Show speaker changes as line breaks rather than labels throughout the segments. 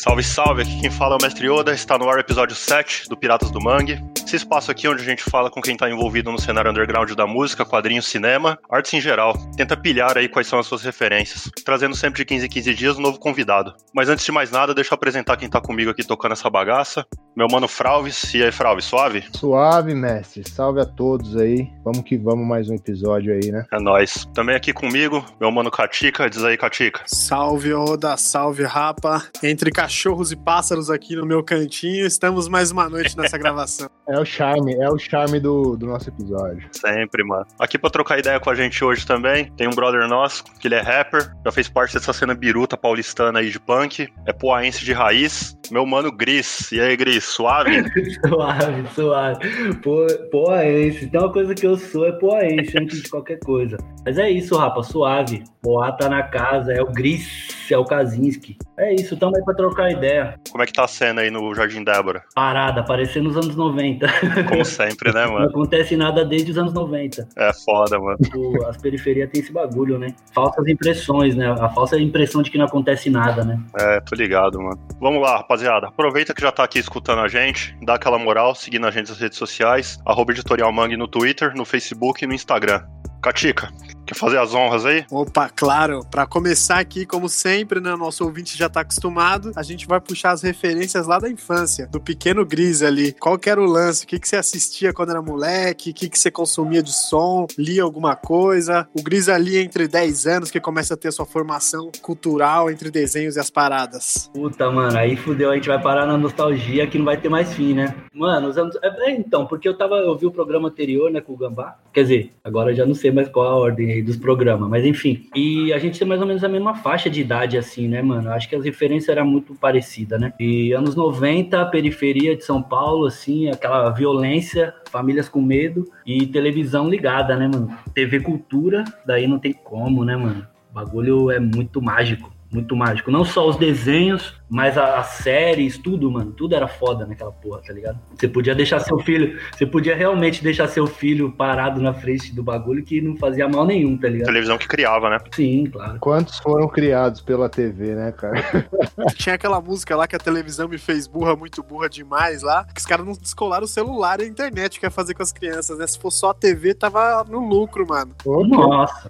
Salve, salve! Aqui quem fala é o Mestre Yoda, está no ar o episódio 7 do Piratas do Mangue. Esse espaço aqui onde a gente fala com quem está envolvido no cenário underground da música, quadrinhos, cinema, artes em geral. Tenta pilhar aí quais são as suas referências, trazendo sempre de 15 em 15 dias um novo convidado. Mas antes de mais nada, deixa eu apresentar quem tá comigo aqui tocando essa bagaça. Meu mano Fralves. E aí, Fralves, suave?
Suave, mestre. Salve a todos aí. Vamos que vamos, mais um episódio aí, né?
É nóis. Também aqui comigo, meu mano Katika. Diz aí, Katika.
Salve, Oda. Salve, Rapa. Entre cachorros e pássaros aqui no meu cantinho, estamos mais uma noite nessa gravação.
É o charme do nosso episódio.
Sempre, mano. Aqui pra trocar ideia com a gente hoje também, tem um brother nosso, que ele é rapper, já fez parte dessa cena biruta paulistana aí de punk, é poaense de raiz, meu mano Gris. E aí, Gris, suave?
Suave. Poaense. Tem uma coisa que eu sou, é poaense antes de qualquer coisa. Mas é isso, rapa, suave. Poá tá na casa, é o Gris, é o Kaczynski. É isso, tamo aí pra trocar ideia.
Como é que tá a cena aí no Jardim Débora?
Parada, parecendo nos anos 90.
Como sempre, né, mano?
Não acontece nada desde os anos 90.
É foda, mano.
As periferias tem esse bagulho, né? Falsas impressões, né? A falsa impressão de que não acontece nada, né?
É, tô ligado, mano. Vamos lá, rapaziada. Aproveita que já tá aqui escutando a gente, dá aquela moral, seguindo a gente nas redes sociais, @editorialmangue no Twitter, no Facebook e no Instagram. Katika, quer fazer as honras aí?
Opa, claro. Pra começar aqui, como sempre, né, nosso ouvinte já tá acostumado, a gente vai puxar as referências lá da infância, do pequeno Gris ali. Qual que era o lance? O que você assistia quando era moleque? O que você consumia de som? Lia alguma coisa? O Gris ali entre 10 anos, que começa a ter sua formação cultural entre desenhos e as paradas.
Puta, mano, aí fudeu, a gente vai parar na nostalgia que não vai ter mais fim, né? Mano, os anos... Então, porque eu vi o programa anterior, né, com o Gambá. Quer dizer, agora eu já não sei mais qual a ordem aí dos programas, mas enfim. E a gente tem mais ou menos a mesma faixa de idade, assim, né, mano? Acho que as referências eram muito parecidas, né? E anos 90, periferia de São Paulo, assim, aquela violência, famílias com medo e televisão ligada, né, mano? TV Cultura, daí não tem como, né, mano? O bagulho é muito mágico. Muito mágico. Não só os desenhos, mas as séries, tudo, mano. Tudo era foda naquela porra, tá ligado? Você podia deixar seu filho... Você podia realmente deixar seu filho parado na frente do bagulho que não fazia mal nenhum, tá ligado?
Televisão que criava, né?
Sim, claro.
Quantos foram criados pela TV, né, cara?
Tinha aquela música lá que a televisão me fez burra, muito burra demais lá, que os caras não descolaram o celular e a internet que ia fazer com as crianças, né? Se fosse só a TV, tava no lucro, mano.
Nossa,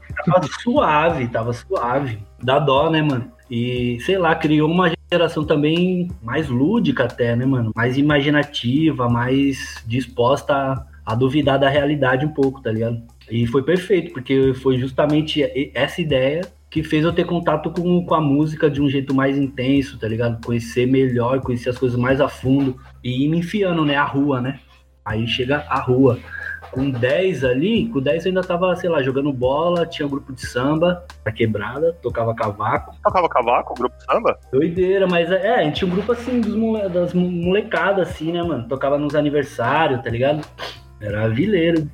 tava suave. Dá dó, né, mano? E, sei lá, criou uma geração também mais lúdica até, né, mano? Mais imaginativa, mais disposta a duvidar da realidade um pouco, tá ligado? E foi perfeito, porque foi justamente essa ideia que fez eu ter contato com a música de um jeito mais intenso, tá ligado? Conhecer melhor, conhecer as coisas mais a fundo e ir me enfiando, né, a rua, né? Aí chega a rua. Com 10 ali, com 10 eu ainda tava, sei lá, jogando bola, tinha um grupo de samba, a quebrada, tocava cavaco.
Tocava cavaco, o grupo de samba?
Doideira, mas a gente tinha um grupo assim, das molecadas assim, né, mano? Tocava nos aniversários, tá ligado? Era vileiro.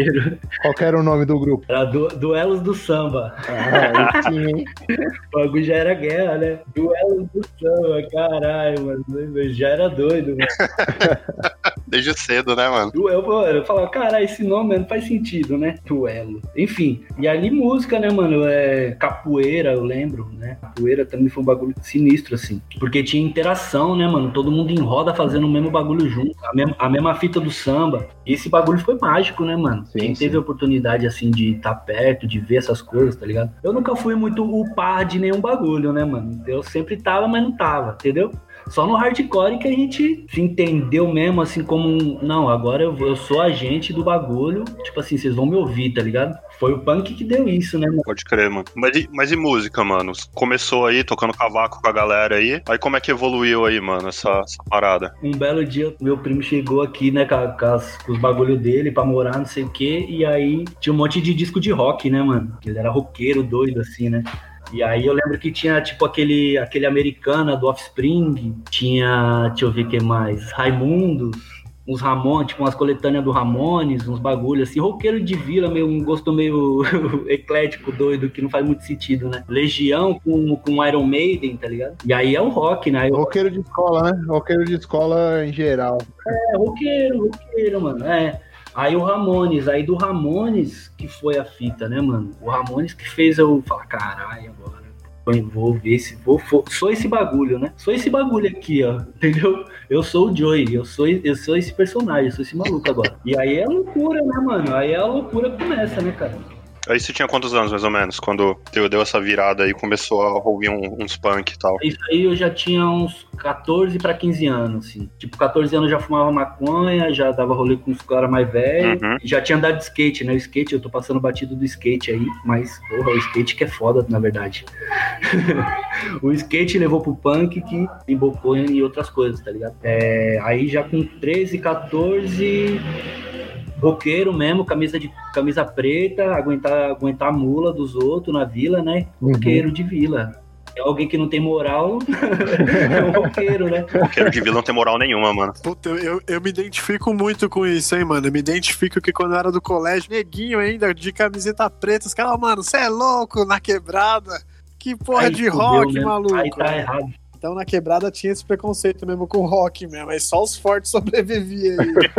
Qual que era o nome do grupo?
Era Duelos do Samba.
Ah, sim, hein?
O bagulho já era guerra, né? Duelos do Samba, caralho, mano. Eu já era doido, mano.
Desde cedo, né, mano?
Eu falava, caralho, esse nome não faz sentido, né? Duelo. Enfim, e ali música, né, mano? Capoeira, eu lembro, né? Capoeira também foi um bagulho sinistro, assim. Porque tinha interação, né, mano? Todo mundo em roda fazendo o mesmo bagulho junto, a mesma fita do samba. E esse bagulho foi mágico, né, mano?
Sim,
Quem teve a oportunidade, assim, de estar perto, de ver essas coisas, tá ligado? Eu nunca fui muito o par de nenhum bagulho, né, mano? Eu sempre tava, mas não tava, entendeu? Só no hardcore que a gente se entendeu mesmo, assim, como não, agora eu sou agente do bagulho, tipo assim, vocês vão me ouvir, tá ligado? Foi o punk que deu isso, né, mano?
Pode crer, mano. Mas e música, mano? Começou aí, tocando cavaco com a galera aí como é que evoluiu aí, mano, essa parada?
Um belo dia, meu primo chegou aqui, né, com os bagulho dele pra morar, não sei o quê, e aí tinha um monte de disco de rock, né, mano? Ele era roqueiro doido, assim, né? E aí eu lembro que tinha, tipo, aquele Americana do Offspring, tinha, deixa eu ver o que mais, Raimundos, uns Ramones, tipo umas coletâneas do Ramones, uns bagulho assim, roqueiro de vila, um gosto meio eclético, doido, que não faz muito sentido, né? Legião com Iron Maiden, tá ligado? E aí é o rock, né?
Roqueiro de escola, né? Roqueiro de escola em geral.
Roqueiro, mano, Aí o Ramones, do Ramones que foi a fita, né, mano? O Ramones que fez eu falar, caralho, agora Vou ver se sou esse bagulho, né? Sou esse bagulho aqui, ó, entendeu? Eu sou o Joey, eu sou esse personagem, eu sou esse maluco agora. E aí é loucura, né, mano? Aí a loucura começa, né, cara?
Aí você tinha quantos anos, mais ou menos, quando deu essa virada e começou a ouvir uns punk e tal?
Isso aí eu já tinha uns 14 pra 15 anos, assim. Tipo, 14 anos eu já fumava maconha, já dava rolê com os caras mais velhos. Já tinha andado de skate, né? O skate, eu tô passando batido do skate aí, mas, porra, o skate que é foda, na verdade. O skate levou pro punk que embocou em outras coisas, tá ligado? Aí já com 13, 14... roqueiro mesmo, camisa preta, aguentar a mula dos outros na vila, né? Roqueiro de vila. É alguém que não tem moral, é um roqueiro, né?
Roqueiro de vila não tem moral nenhuma, mano.
Puta, eu me identifico muito com isso, hein, mano? Eu me identifico que quando eu era do colégio, neguinho ainda, de camiseta preta, os caras, mano, você é louco na quebrada? Que porra
Aí,
de rock,
né?
maluco?
Aí tá errado.
Então na quebrada tinha esse preconceito mesmo com rock mesmo, aí só os fortes sobreviviam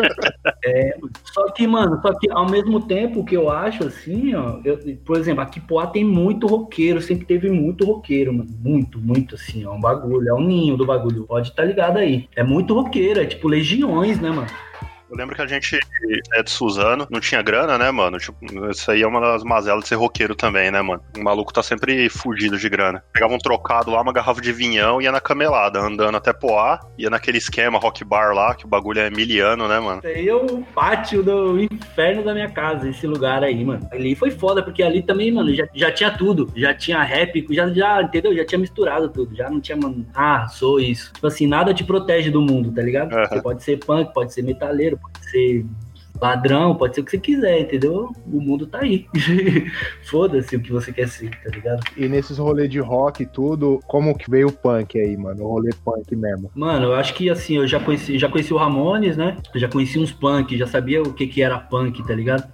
aí.
Só que ao mesmo tempo que eu acho assim, ó, por exemplo, aqui Poá tem muito roqueiro, sempre teve muito roqueiro, mano, muito assim, ó, um bagulho, é um ninho do bagulho, pode estar ligado aí, é muito roqueiro, é tipo legiões, né, mano?
Eu lembro que a gente é de Suzano, não tinha grana, né, mano? Tipo, isso aí é uma das mazelas de ser roqueiro também, né, mano? O maluco tá sempre fugido de grana. Pegava um trocado lá, uma garrafa de vinhão e ia na camelada, andando até Poá, ia naquele esquema rock bar lá, que o bagulho é miliano, né, mano?
Isso aí é o pátio do inferno da minha casa, esse lugar aí, mano. Ali foi foda, porque ali também, mano, já tinha tudo. Já tinha rap, já, entendeu? Já tinha misturado tudo. Já não tinha, mano, sou isso. Tipo assim, nada te protege do mundo, tá ligado? Você pode ser punk, pode ser metaleiro, pode ser ladrão, pode ser o que você quiser, entendeu? O mundo tá aí. Foda-se o que você quer ser, tá ligado?
E nesses rolês de rock e tudo, como que veio o punk aí, mano? O rolê punk mesmo.
Mano, eu acho que assim, eu já conheci o Ramones, né? Eu já conheci uns punk, já sabia o que era punk, tá ligado?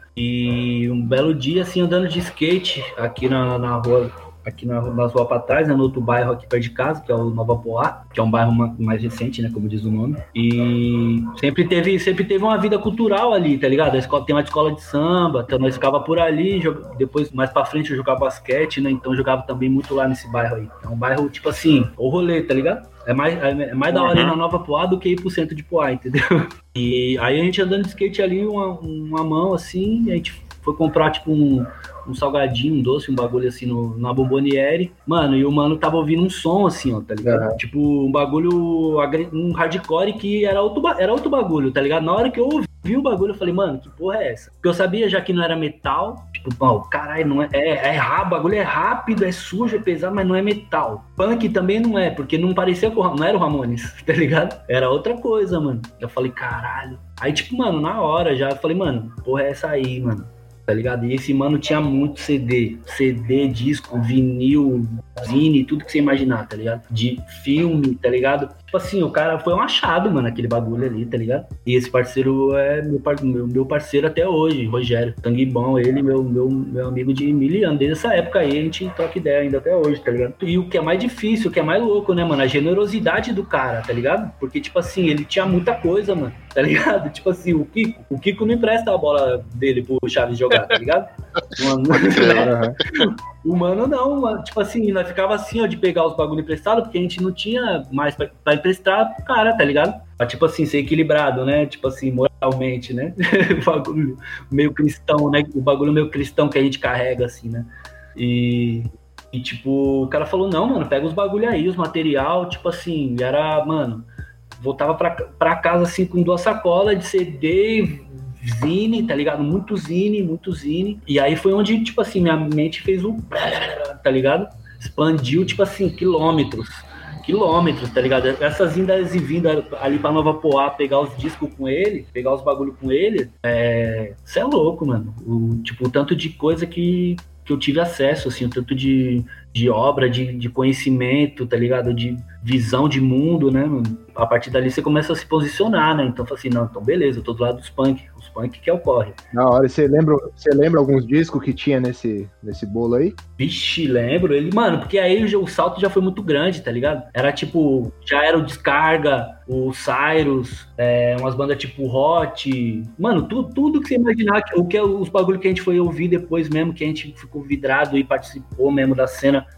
E um belo dia, assim, andando de skate aqui na rua, aqui na rua pra trás, né, no outro bairro aqui perto de casa, que é o Nova Poá, que é um bairro mais recente, né, como diz o nome. E sempre teve uma vida cultural ali, tá ligado? A escola, tem uma escola de samba, então nós ficava por ali, depois mais pra frente eu jogava basquete, né, então eu jogava também muito lá nesse bairro aí. É um bairro, tipo assim, o rolê, tá ligado? É mais da hora ir na Nova Poá do que ir pro centro de Poá, entendeu? E aí a gente andando de skate ali, uma mão assim, a gente foi comprar, tipo, um salgadinho, um doce, um bagulho assim na Bomboniere. Mano, e o mano tava ouvindo um som assim, ó, tá ligado? Tipo, um bagulho, um hardcore que era outro bagulho, tá ligado? Na hora que eu ouvi o bagulho, eu falei, mano, que porra é essa? Porque eu sabia já que não era metal. Tipo, pô, caralho, não é. O bagulho é rápido, é sujo, é pesado, mas não é metal. Punk também não é, porque não parecia não era o Ramones, tá ligado? Era outra coisa, mano. Eu falei, caralho. Aí, tipo, mano, na hora já, eu falei, mano, porra é essa aí, mano? Tá ligado? E esse mano tinha muito CD, disco, vinil, zine, tudo que você imaginar, tá ligado? De filme, tá ligado? Tipo assim, o cara foi um achado, mano, aquele bagulho ali, tá ligado? E esse parceiro é meu parceiro até hoje, Rogério. Sangue bom, ele, meu amigo de 1000 anos. Desde essa época aí, a gente troca ideia ainda até hoje, tá ligado? E o que é mais difícil, o que é mais louco, né, mano? A generosidade do cara, tá ligado? Porque, tipo assim, ele tinha muita coisa, mano, tá ligado? Tipo assim, o Kiko não empresta a bola dele pro Chaves jogar, tá ligado? O mano não, mano. Tipo assim, nós ficava assim, ó, de pegar os bagulho emprestado, porque a gente não tinha mais pra emprestar pro cara, tá ligado? Pra, tipo assim, ser equilibrado, né? Tipo assim, moralmente, né? O bagulho meio cristão, né? O bagulho meio cristão que a gente carrega, assim, né? E tipo, o cara falou, não, mano, pega os bagulho aí, os material, tipo assim, era, mano, voltava pra casa, assim, com 2 sacolas de CD, zine, tá ligado? Muito zine. E aí foi onde, tipo assim, minha mente fez tá ligado? Expandiu, tipo assim, quilômetros, tá ligado? Essas indas e vindas ali pra Nova Poá, pegar os discos com ele, pegar os bagulho com ele, cê é louco, mano. O tanto de coisa que eu tive acesso, assim, o tanto de obra, de conhecimento, tá ligado? De visão de mundo, né, mano? A partir dali você começa a se posicionar, né? Então, assim, não, então beleza, eu tô do lado dos punk que é o corre.
Na hora, você lembra alguns discos que tinha nesse bolo aí?
Vixe, lembro. Mano, porque aí o salto já foi muito grande, tá ligado? Era tipo, já era o Descarga, o Cyrus, umas bandas tipo Hot. Mano, tudo que você imaginar, os bagulhos que a gente foi ouvir depois mesmo, que a gente ficou vidrado e participou mesmo da cena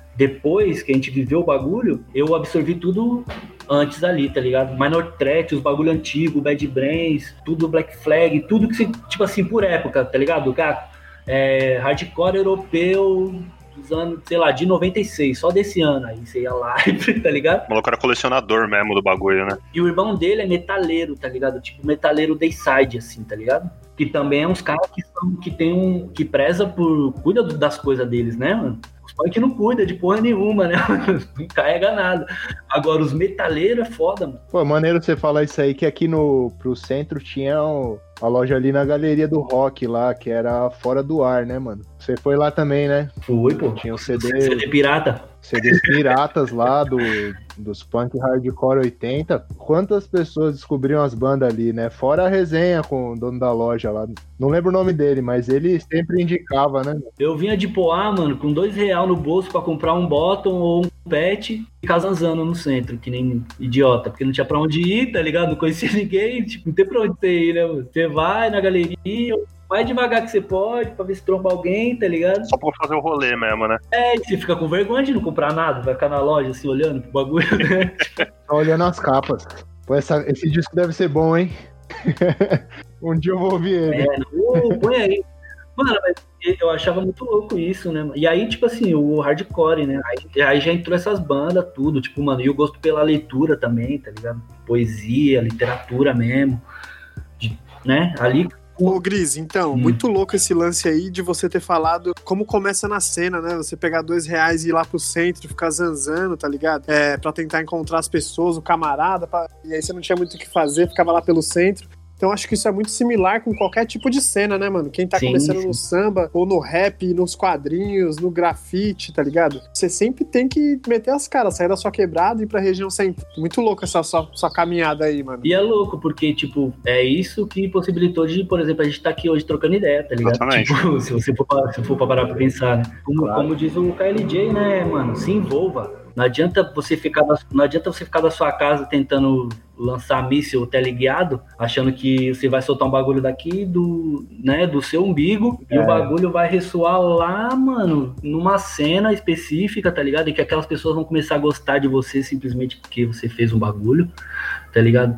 depois que a gente viveu o bagulho, eu absorvi tudo antes ali, tá ligado? Minor Threat, os bagulho antigo, Bad Brains, tudo Black Flag, tudo que você, tipo assim, por época, tá ligado? Cara, hardcore europeu dos anos, sei lá, de 96, só desse ano. Aí você ia lá, tá ligado?
O maluco era colecionador mesmo do bagulho, né?
E o irmão dele é metaleiro, tá ligado? Tipo, metaleiro Dayside, assim, tá ligado? Que também é uns caras que preza por... Cuida das coisas deles, né, mano? Os pais que não cuida de porra nenhuma, né? Não carrega nada. Agora, os metaleiros é foda, mano.
Pô, maneiro você falar isso aí, que aqui pro centro tinha a loja ali na Galeria do Rock lá, que era fora do ar, né, mano? Você foi lá também, né?
Fui, pô.
Tinha um CD
pirata.
CDs piratas lá dos punk hardcore 80. Quantas pessoas descobriram as bandas ali, né? Fora a resenha com o dono da loja lá. Não lembro o nome dele, mas ele sempre indicava, né?
Eu vinha de Poá, mano, com R$2 no bolso pra comprar um bottom ou um pet e ficar zanzando no centro, que nem idiota, porque não tinha pra onde ir, tá ligado? Não conhecia ninguém, tipo, não tem pra onde você ir, né, mano? Você vai na galeria, mais devagar que você pode, pra ver se tromba alguém, tá ligado?
Só pra fazer o rolê mesmo, né?
E você fica com vergonha de não comprar nada, vai ficar na loja assim, olhando pro bagulho, né?
Só olhando as capas. Pô, esse disco deve ser bom, hein? Um dia eu vou ouvir ele.
Põe aí. Mano, eu achava muito louco isso, né? E aí, tipo assim, o hardcore, né? Aí já entrou essas bandas, tudo, tipo, mano, e o gosto pela leitura também, tá ligado? Poesia, literatura mesmo, né? Ali...
Ô, Gris, então, muito louco esse lance aí de você ter falado como começa na cena, né? Você pegar R$2 e ir lá pro centro e ficar zanzando, tá ligado? Pra tentar encontrar as pessoas, o camarada, e aí você não tinha muito o que fazer, ficava lá pelo centro. Então acho que isso é muito similar com qualquer tipo de cena, né, mano? Quem tá começando no samba, ou no rap, nos quadrinhos, no grafite, tá ligado? Você sempre tem que meter as caras, sair da sua quebrada e ir pra região centro. Muito louco essa sua caminhada aí, mano.
E é louco, porque, tipo, é isso que possibilitou de, por exemplo, a gente tá aqui hoje trocando ideia, tá ligado?
Exatamente.
Tipo, se você for parar pra pensar, né? Como diz o KLJ, né, mano? Se envolva. Não adianta você ficar da sua casa tentando lançar míssil teleguiado, achando que você vai soltar um bagulho daqui do seu umbigo, e o bagulho vai ressoar lá, mano, numa cena específica, tá ligado? E que aquelas pessoas vão começar a gostar de você simplesmente porque você fez um bagulho, tá ligado?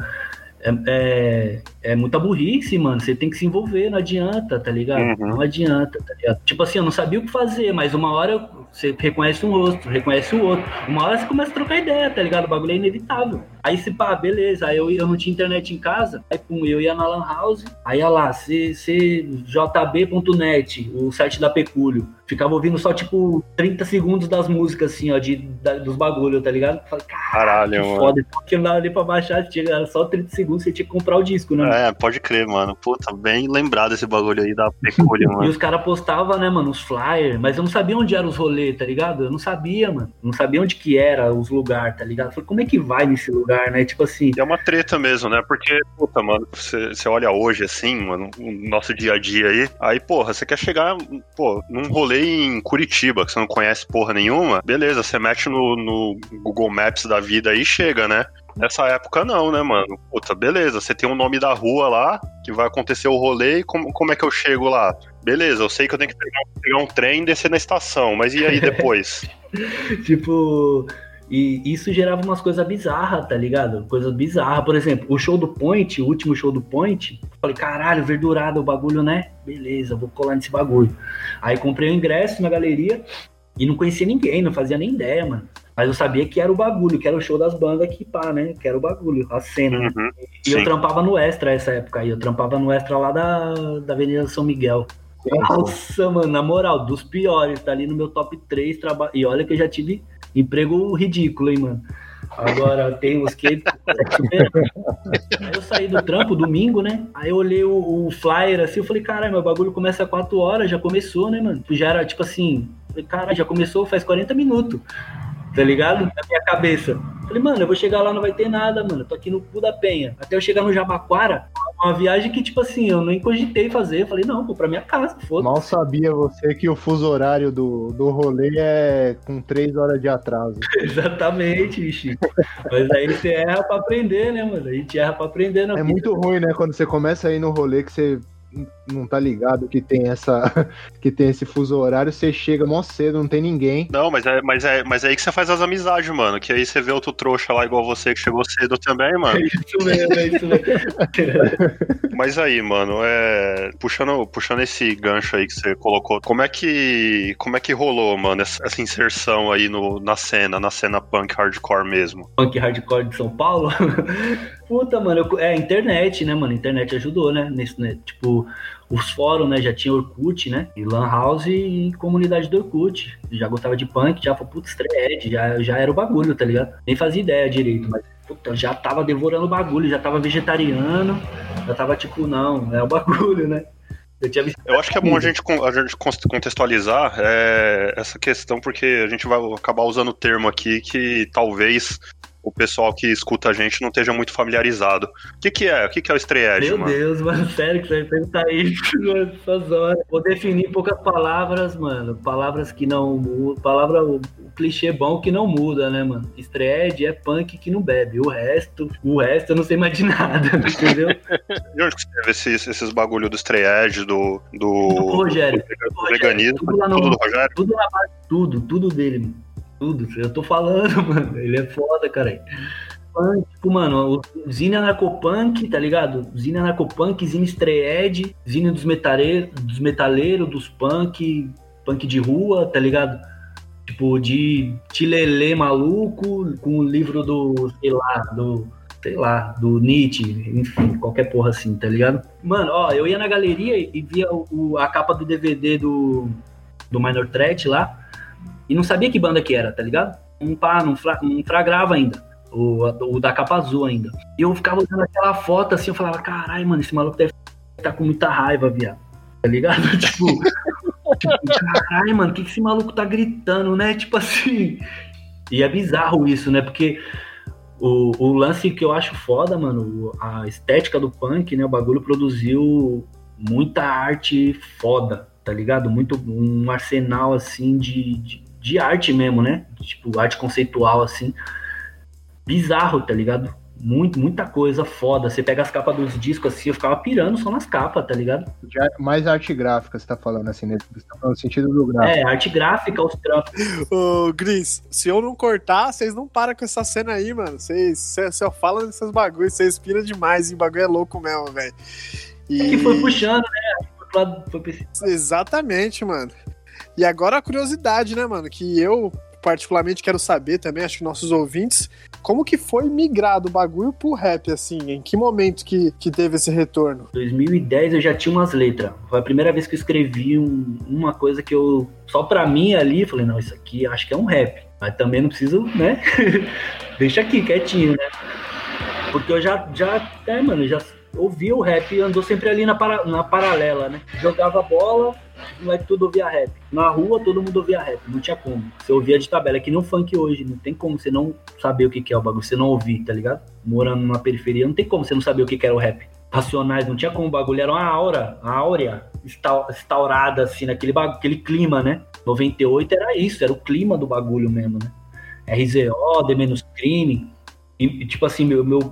É muita burrice, mano. Você tem que se envolver, não adianta, tá ligado?
Uhum.
Não adianta, tá ligado? Tipo assim, eu não sabia o que fazer, mas uma hora você reconhece um rosto, reconhece o outro. Uma hora você começa a trocar ideia, tá ligado? O bagulho é inevitável. Aí se pá, beleza. Aí eu não tinha internet em casa. Aí pum, eu ia na Lan House. Aí ia lá, cjb.net, o site da Pecúlio. Ficava ouvindo só, tipo, 30 segundos das músicas, assim, ó, dos bagulhos, tá ligado? Falei, caralho, que foda. Porque não dava nem pra baixar, era só 30 segundos, você tinha que comprar o disco, né?
Pode crer, mano. Puta, bem lembrado esse bagulho aí da Pecúlio, mano.
E os caras postavam, né, mano, os flyers, mas eu não sabia onde eram os rolês, tá ligado? Eu não sabia, mano. Eu não sabia onde que era os lugares, tá ligado? Eu falei, como é que vai nesse lugar, né? Tipo assim...
É uma treta mesmo, né? Porque, puta, mano, você olha hoje, assim, mano, o nosso dia a dia aí, porra, você quer chegar, pô, num rolê em Curitiba, que você não conhece porra nenhuma, beleza, você mete no Google Maps da vida aí e chega, né? Nessa época não, né, mano? Puta, beleza, você tem o nome da rua lá, que vai acontecer o rolê, e como é que eu chego lá? Beleza, eu sei que eu tenho que pegar um trem e descer na estação, mas e aí depois?
Tipo... E isso gerava umas coisas bizarras, tá ligado? Coisas bizarras. Por exemplo, o show do Point, o último show do Point, falei, caralho, verdurado o bagulho, né? Beleza, vou colar nesse bagulho. Aí comprei o ingresso na galeria e não conhecia ninguém, não fazia nem ideia, mano. Mas eu sabia que era o bagulho, que era o show das bandas aqui, pá, né? Que era o bagulho, a cena.
Uhum,
e eu trampava no Extra essa época aí. Eu trampava no Extra lá da Avenida São Miguel. Nossa, mano, na moral, dos piores, tá ali no meu top 3 trabalho. E olha que eu já tive emprego ridículo, hein, mano. Agora tem os que... Aí eu saí do trampo domingo, né? Aí eu olhei o flyer assim, eu falei, caralho, meu bagulho começa às 4 horas, já começou, né, mano? Já era tipo assim, caralho, já começou faz 40 minutos, tá ligado? Na minha cabeça. Falei, mano, eu vou chegar lá, não vai ter nada, mano. Eu tô aqui no cu da Penha. Até eu chegar no Jabaquara, uma viagem que, tipo assim, eu nem cogitei fazer. Eu falei, não, vou pra minha casa, foda-se.
Mal sabia você que o fuso horário do rolê é com 3 horas de atraso.
Exatamente, bicho. Mas aí você erra pra aprender, né, mano? A gente erra pra aprender, não.
É muito ruim, né? Quando você começa a ir no rolê que você não tá ligado que tem esse fuso horário, você chega mó cedo, não tem ninguém.
Não, mas é aí que você faz as amizades, mano. Que aí você vê outro trouxa lá igual você que chegou cedo também, mano.
É isso mesmo.
Mas aí, mano, puxando esse gancho aí que você colocou, como é que rolou, mano, essa inserção aí na cena punk hardcore mesmo?
Punk hardcore de São Paulo? Puta, mano, internet, né, mano? Internet ajudou, né? Nesse, né? Tipo, os fóruns, né? Já tinha Orkut, né? E Lan House e comunidade do Orkut. Já gostava de punk, já falei, putz, Stray já era o bagulho, tá ligado? Nem fazia ideia direito, mas puta, já tava devorando o bagulho, já tava vegetariano, já tava tipo, não, é o bagulho, né?
Eu acho que é bom a gente contextualizar essa questão, porque a gente vai acabar usando o termo aqui que talvez o pessoal que escuta a gente não esteja muito familiarizado. O que é o Stray Edge,
Meu
mano?
Deus, mano, sério que você vai perguntar isso, mano, essas horas. Vou definir poucas palavras, mano. Palavras que não mudam. O clichê bom que não muda, né, mano? Stray Edge é punk que não bebe. O resto eu não sei mais de nada, entendeu?
De onde que você teve esses bagulho do Stray Edge, do
Rogério.
Do veganismo, tudo do Rogério?
Tudo na base, tudo dele, mano. Tudo, eu tô falando, mano. Ele é foda, cara. Tipo, mano, o Zine Anarcopunk, tá ligado? Zine Anarcopunk, Zine Stray Edge, Zine dos metaleiros, dos punk de rua, tá ligado? Tipo, de Tilelê maluco, com o livro do Nietzsche, enfim, qualquer porra assim, tá ligado? Mano, ó, eu ia na galeria e via a capa do DVD do Minor Threat lá, e não sabia que banda que era, tá ligado? Não fragrava ainda. O da capa azul ainda. E eu ficava olhando aquela foto assim, eu falava, caralho, mano, esse maluco deve estar com muita raiva, viado. Tá ligado? Tipo, caralho, mano, o que esse maluco tá gritando, né? Tipo assim. E é bizarro isso, né? Porque o lance que eu acho foda, mano, a estética do punk, né? O bagulho produziu muita arte foda, tá ligado? Um arsenal, assim, de arte mesmo, né? Tipo, arte conceitual, assim. Bizarro, tá ligado? Muita coisa foda. Você pega as capas dos discos, assim, eu ficava pirando só nas capas, tá ligado?
Já, mais arte gráfica, você tá falando, assim, né? Você tá falando no sentido do gráfico.
Arte gráfica, os trampos.
Ô, Gris, se eu não cortar, vocês não param com essa cena aí, mano. Vocês só falam desses bagulhos, vocês inspiram demais, e o bagulho é louco mesmo, velho.
Que foi puxando, né?
Exatamente, mano. E agora a curiosidade, né, mano, que eu particularmente quero saber também, acho que nossos ouvintes, como que foi migrar do bagulho pro rap, assim, em que momento que teve esse retorno?
2010 eu já tinha umas letras, foi a primeira vez que eu escrevi uma coisa que eu, só pra mim ali, falei, não, isso aqui acho que é um rap, mas também não preciso, né, deixa aqui, quietinho, né, porque eu já ouvia o rap, andou sempre ali na paralela, né, jogava bola, moleque tudo ouvia rap. Na rua todo mundo ouvia rap, não tinha como. Você ouvia de tabela, é que nem o funk hoje, não tem como você não saber o que é o bagulho, você não ouvir, tá ligado? Morando numa periferia, não tem como você não saber o que era o rap. Racionais, não tinha como, o bagulho era uma áurea instaurada assim, aquele clima, né? 98 era isso, era o clima do bagulho mesmo, né? RZO, D Menos Crime. E tipo assim,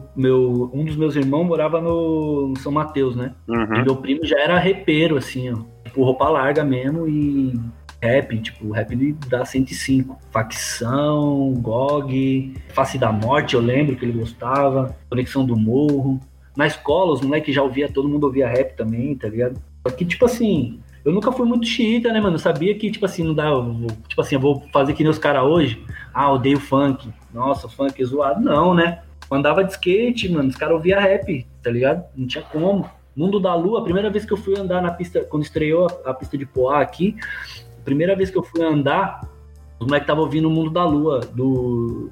um dos meus irmãos morava no São Mateus, né?
Uhum.
E meu primo já era repeiro, assim, ó. Tipo, roupa larga mesmo e rap, tipo, rap da 105. Facção, GOG, Face da Morte, eu lembro que ele gostava. Conexão do Morro. Na escola, os moleques já todo mundo ouvia rap também, tá ligado? Só que, tipo assim, eu nunca fui muito xiita, né, mano? Eu sabia que, tipo assim, não dá. Tipo assim, eu vou fazer que nem os caras hoje. Ah, odeio funk. Nossa, funk é zoado. Não, né? Eu andava de skate, mano. Os caras ouviam rap, tá ligado? Não tinha como. Mundo da Lua, a primeira vez que eu fui andar na pista, quando estreou a pista de Poá aqui, a primeira vez que eu fui andar, os moleques estavam ouvindo o Mundo da Lua, do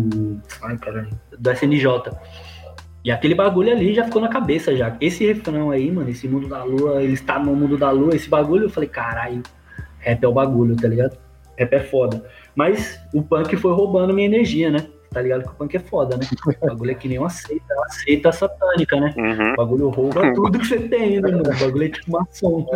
SNJ. E aquele bagulho ali já ficou na cabeça já. Esse refrão aí, mano, esse Mundo da Lua, ele está no Mundo da Lua, esse bagulho, eu falei, caralho, rap é o bagulho, tá ligado? Rap é foda. Mas o punk foi roubando minha energia, né? Tá ligado que o punk é foda, né? O bagulho é que nem uma seita satânica, né?
Uhum.
O bagulho rouba tudo que você tem, né, mano? O bagulho é tipo maçom.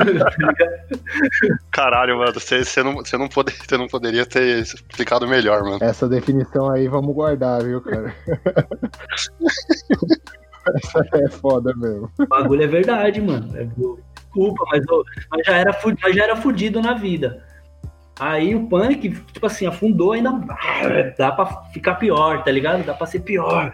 Caralho, mano, você não poderia ter explicado melhor, mano.
Essa definição aí vamos guardar, viu, cara? Essa é foda mesmo.
O bagulho é verdade, mano. Desculpa, mas já era fudido na vida. Aí o punk, tipo assim, afundou ainda. Dá pra ficar pior, tá ligado? Dá pra ser pior.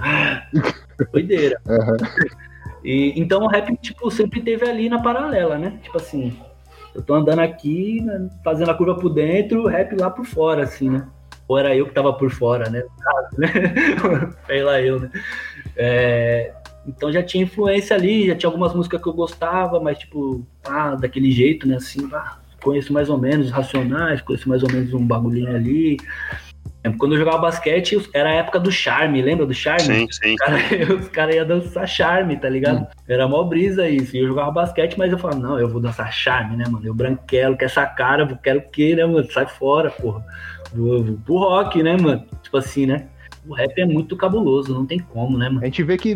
Doideira.
Uhum.
Então o rap, tipo, sempre teve ali na paralela, né? Tipo assim, eu tô andando aqui, né, fazendo a curva por dentro, o rap lá por fora, assim, né? Ou era eu que tava por fora, né? Sei lá eu, né? Então já tinha influência ali, já tinha algumas músicas que eu gostava, mas tipo, daquele jeito, né? Assim, conheço mais ou menos os Racionais, conheço mais ou menos um bagulhinho ali. Quando eu jogava basquete, era a época do charme, lembra do charme?
Sim.
Os caras iam dançar charme, tá ligado? Era mó brisa isso. E eu jogava basquete, mas eu falava, não, eu vou dançar charme, né, mano? Eu branquelo, com essa cara, quero o quê, né, mano? Sai fora, porra. Vou pro rock, né, mano? Tipo assim, né? O rap é muito cabuloso, não tem como, né, mano?
A gente vê que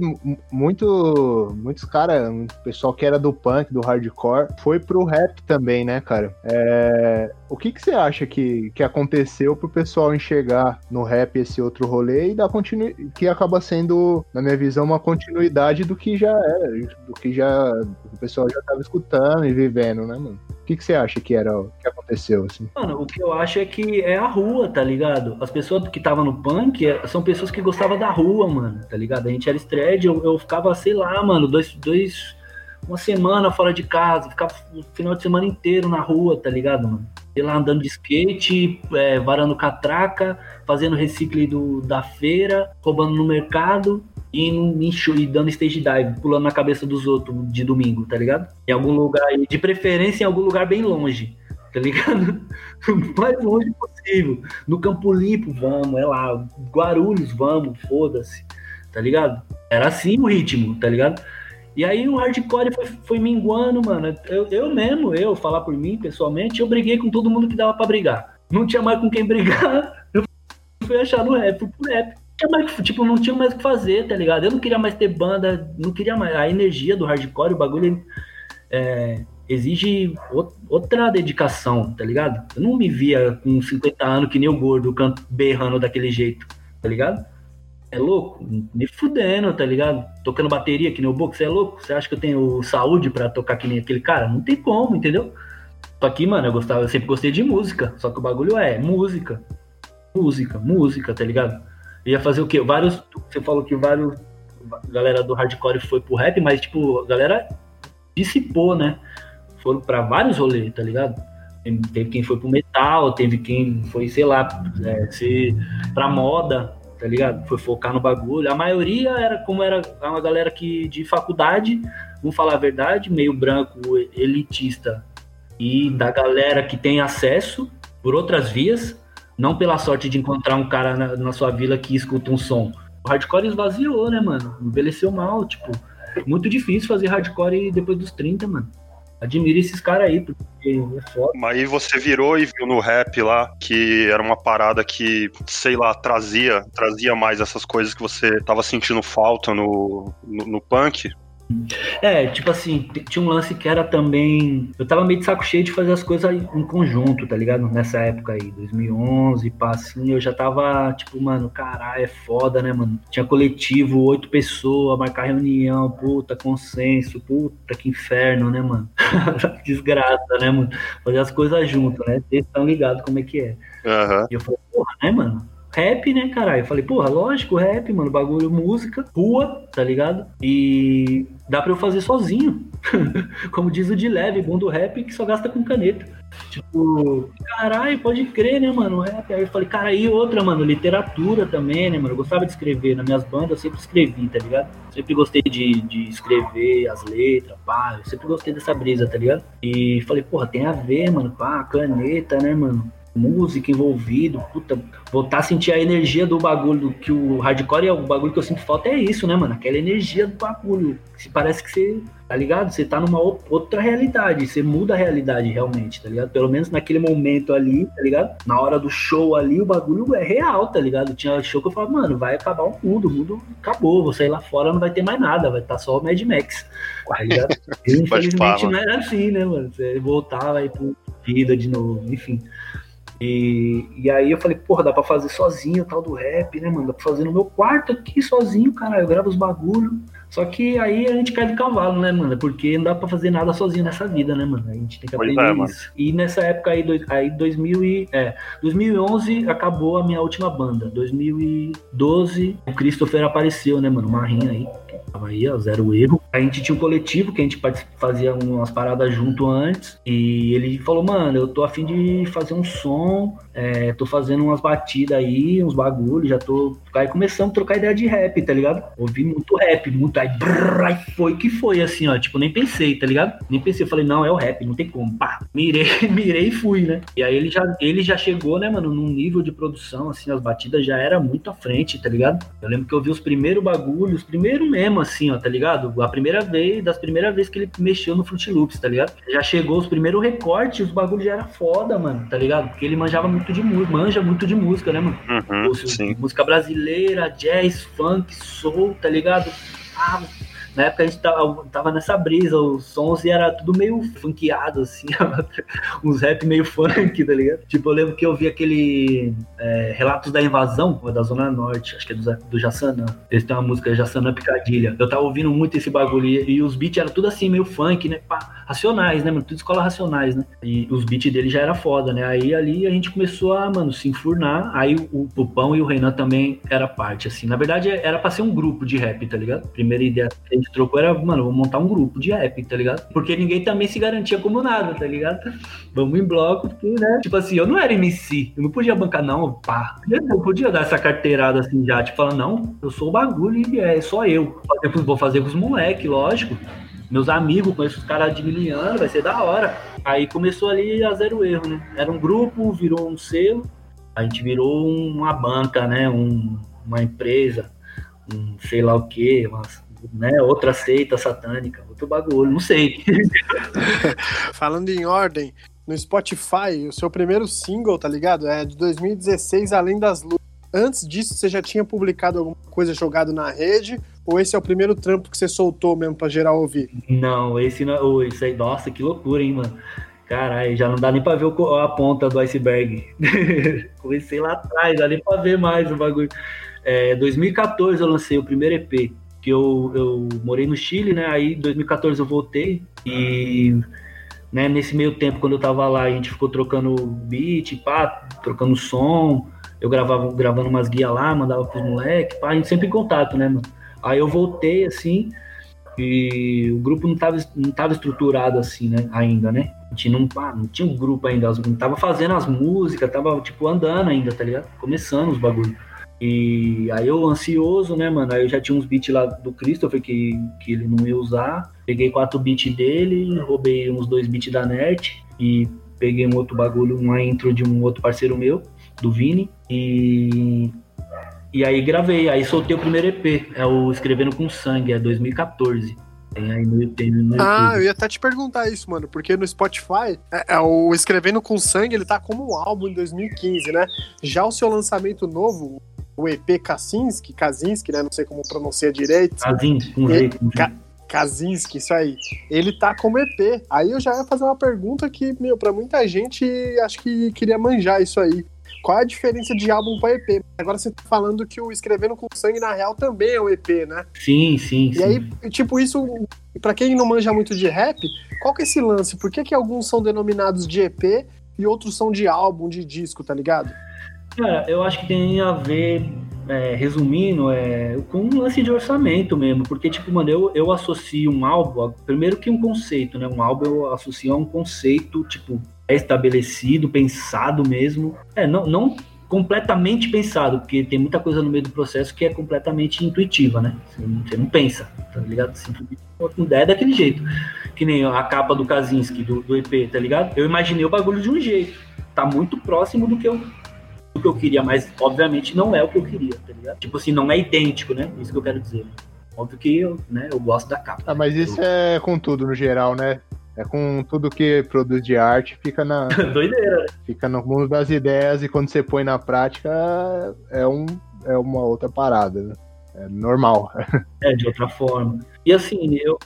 muitos caras, o pessoal que era do punk, do hardcore, foi pro rap também, né, cara? O que você acha que aconteceu pro pessoal enxergar no rap esse outro rolê e dar que acaba sendo, na minha visão, uma continuidade do que já era, do que o pessoal já tava escutando e vivendo, né, mano? O que você acha que aconteceu, assim?
Mano, o que eu acho é que é a rua, tá ligado? As pessoas que estavam no punk são pessoas que gostavam da rua, mano, tá ligado? A gente era thread, eu ficava, sei lá, mano, uma semana fora de casa, ficava o final de semana inteiro na rua, tá ligado, mano? Sei lá, andando de skate, varando catraca, fazendo recicle da feira, roubando no mercado, e dando stage dive, pulando na cabeça dos outros de domingo, tá ligado? Em algum lugar, de preferência em algum lugar bem longe, tá ligado? O mais longe possível. No Campo Limpo, vamos, lá. Guarulhos, vamos, foda-se, tá ligado? Era assim o ritmo, tá ligado? E aí o hardcore foi minguando, mano. Eu falar por mim, pessoalmente, eu briguei com todo mundo que dava pra brigar. Não tinha mais com quem brigar, eu fui achar no rap, pro rap. Não tinha mais o que fazer, tá ligado? Eu não queria mais ter banda, não queria mais. A energia do hardcore, o bagulho exige outra dedicação, tá ligado? Eu não me via com 50 anos que nem o gordo berrando daquele jeito, tá ligado? É louco? Me fudendo, tá ligado? Tocando bateria que nem o Boco, você é louco? Você acha que eu tenho saúde pra tocar que nem aquele cara? Não tem como, entendeu? Só que, mano, eu sempre gostei de música, só que o bagulho é música, tá ligado? Ia fazer o quê? Você falou que galera do hardcore foi pro rap, mas, tipo, a galera dissipou, né? Foram pra vários rolês, tá ligado? Teve quem foi pro metal, teve quem foi, sei lá, pra moda, tá ligado? Foi focar no bagulho. A maioria era uma galera de faculdade, vamos falar a verdade, meio branco, elitista, e da galera que tem acesso por outras vias, não pela sorte de encontrar um cara na sua vila que escuta um som. O hardcore esvaziou, né, mano? Envelheceu mal, tipo, muito difícil fazer hardcore depois dos 30, mano. Admiro esses caras aí, porque é foda.
Mas aí você virou e viu no rap lá que era uma parada que, sei lá, trazia mais essas coisas que você tava sentindo falta no punk?
Tipo assim, tinha um lance que era também... Eu tava meio de saco cheio de fazer as coisas em conjunto, tá ligado? Nessa época aí, 2011, pá, assim, eu já tava, tipo, mano, caralho, é foda, né, mano? Tinha coletivo, 8 pessoas, marcar reunião, puta, consenso, puta, que inferno, né, mano? Desgraça, né, mano? Fazer as coisas junto, né? Vocês estão ligados como é que é.
Uhum.
E eu falei, porra, né, mano? Rap, né, caralho? Eu falei, porra, lógico, rap, mano, bagulho, música, rua, tá ligado? E dá pra eu fazer sozinho. Como diz o de leve, bom do rap, que só gasta com caneta. Tipo, caralho, pode crer, né, mano, rap. Aí eu falei, cara, e outra, mano, literatura também, né, mano? Eu gostava de escrever, nas minhas bandas eu sempre escrevi, tá ligado? Sempre gostei de escrever as letras, pá, eu sempre gostei dessa brisa, tá ligado? E falei, porra, tem a ver, mano, pá, caneta, né, mano? Música envolvido, puta, voltar a sentir a energia do bagulho, que o hardcore é o bagulho que eu sinto falta, é isso, né, mano? Aquela energia do bagulho, que parece que você, tá ligado? Você tá numa outra realidade, você muda a realidade realmente, tá ligado? Pelo menos naquele momento ali, tá ligado? Na hora do show ali, o bagulho é real, tá ligado? Tinha show que eu falava, mano, vai acabar o mundo acabou, vou sair lá fora, não vai ter mais nada, vai estar só o Mad Max, tá ligado? Infelizmente não era assim, né, mano? Você voltava aí pro vida de novo, enfim. E aí eu falei, porra, dá pra fazer sozinho o tal do rap, né, mano? Dá pra fazer no meu quarto aqui sozinho, cara. Eu gravo os bagulho. Só que aí a gente cai do cavalo, né, mano? Porque não dá pra fazer nada sozinho nessa vida, né, mano? A gente tem que aprender isso. E nessa época aí, 2011 acabou a minha última banda. 2012 o Christopher apareceu, né, mano? Uma rinha aí. Tava aí, ó, Zero Erro. A gente tinha um coletivo que a gente fazia umas paradas junto antes. E ele falou, mano, eu tô a fim de fazer um som. Tô fazendo umas batidas aí, uns bagulhos. Já tô... Aí começamos a trocar ideia de rap, tá ligado? Ouvi muito rap, muito... Aí foi que foi, assim, ó. Tipo, nem pensei, tá ligado? Nem pensei. Eu falei, não, é o rap, não tem como. Pá, mirei e fui, né? E aí ele já chegou, né, mano, num nível de produção, assim, as batidas já era muito à frente, tá ligado? Eu lembro que eu vi os primeiros bagulhos, primeiro mesmo, assim, ó, tá ligado? Das primeiras vezes que ele mexeu no Fruit Loops, tá ligado? Já chegou os primeiros recortes, os bagulhos já era foda, mano, tá ligado? Porque ele manjava muito de música, manja muito de música, né, mano? Música brasileira, jazz, funk, soul, tá ligado? Na época a gente tava nessa brisa, os sons era tudo meio funkeado, assim, uns rap meio funk, tá ligado? Tipo, eu lembro que eu vi aquele Relatos da Invasão, da Zona Norte, acho que é do Jaçanã. Eles têm uma música Jaçanã Picadilha. Eu tava ouvindo muito esse bagulho e os beats eram tudo assim, meio funk, né? Pá, Racionais, né, mano? Tudo escola Racionais, né? E os beats dele já era foda, né? Aí ali a gente começou a, mano, se enfurnar. Aí o Pupão e o Renan também era parte, assim. Na verdade, era pra ser um grupo de rap, tá ligado? Primeira ideia que a gente trocou era, mano, vamos montar um grupo de rap, tá ligado? Porque ninguém também se garantia como nada, tá ligado? Vamos em bloco, porque, né? Tipo assim, eu não era MC, eu não podia bancar, não, pá. Eu podia dar essa carteirada assim já, tipo, falando, não, eu sou o bagulho e é só eu. Vou fazer com os moleques, lógico. Meus amigos, conheço os caras de miliano, vai ser da hora. Aí começou ali a Zero Erro, né? Era um grupo, virou um selo, a gente virou uma banca, né? Uma empresa, sei lá o quê, né? Outra seita satânica, outro bagulho, não sei.
Falando em ordem, no Spotify, o seu primeiro single, tá ligado? É de 2016, Além das Luzes. Antes disso, você já tinha publicado alguma coisa jogado na rede? Ou esse é o primeiro trampo que você soltou mesmo pra geral ouvir?
Não, esse não. Isso aí, nossa, que loucura, hein, mano. Caralho, já não dá nem pra ver a ponta do iceberg. Comecei lá atrás, dá nem pra ver mais o bagulho. 2014 eu lancei o primeiro EP, que eu morei no Chile, né? Aí em 2014 eu voltei e, né, nesse meio tempo, quando eu tava lá, a gente ficou trocando beat, pá, trocando som. Eu gravando umas guias lá, mandava pros moleques, pá, a gente sempre em contato, né, mano? Aí eu voltei, assim, e o grupo não tava estruturado assim, né, ainda, né? A gente não tinha um grupo ainda, tava fazendo as músicas, tava, tipo, andando ainda, tá ligado? Começando os bagulhos. E aí eu, ansioso, né, mano, aí eu já tinha uns beats lá do Christopher que ele não ia usar. Peguei 4 beats dele, roubei uns 2 beats da NERT e peguei um outro bagulho, uma intro de um outro parceiro meu, do Vini, e aí gravei, aí soltei o primeiro EP, é o Escrevendo com Sangue, é 2014. Tem aí no YouTube.
Eu ia até te perguntar isso, mano, porque no Spotify, o Escrevendo com Sangue, ele tá como um álbum em 2015, né? Já o seu lançamento novo, o EP Kaczynski, né? Não sei como pronuncia direito. Kaczynski, isso aí. Ele tá como EP. Aí eu já ia fazer uma pergunta que, pra muita gente, acho que queria manjar isso aí. Qual é a diferença de álbum para EP? Agora você tá falando que o Escrevendo com Sangue, na real, também é um EP, né?
Sim.
E aí, tipo, isso, pra quem não manja muito de rap, qual que é esse lance? Por que alguns são denominados de EP e outros são de álbum, de disco, tá ligado?
Cara, eu acho que tem a ver, resumindo, com um lance de orçamento mesmo, porque, tipo, mano, eu associo um álbum, primeiro que um conceito, né? Um álbum eu associo a um conceito, tipo, estabelecido, pensado mesmo. Não completamente pensado, porque tem muita coisa no meio do processo que é completamente intuitiva, né? Você não pensa, tá ligado? Simplesmente a ideia é daquele jeito. Que nem a capa do Kaczynski, do EP, tá ligado? Eu imaginei o bagulho de um jeito. Tá muito próximo do que eu queria, mas obviamente não é o que eu queria, tá ligado? Tipo assim, não é idêntico, né? Isso que eu quero dizer. Óbvio que eu gosto da capa.
Mas isso é com tudo no geral, né? É com tudo que produz de arte, fica na...
Doideira, né?
Fica no mundo das ideias e quando você põe na prática é uma outra parada, né? É normal.
De outra forma. E assim,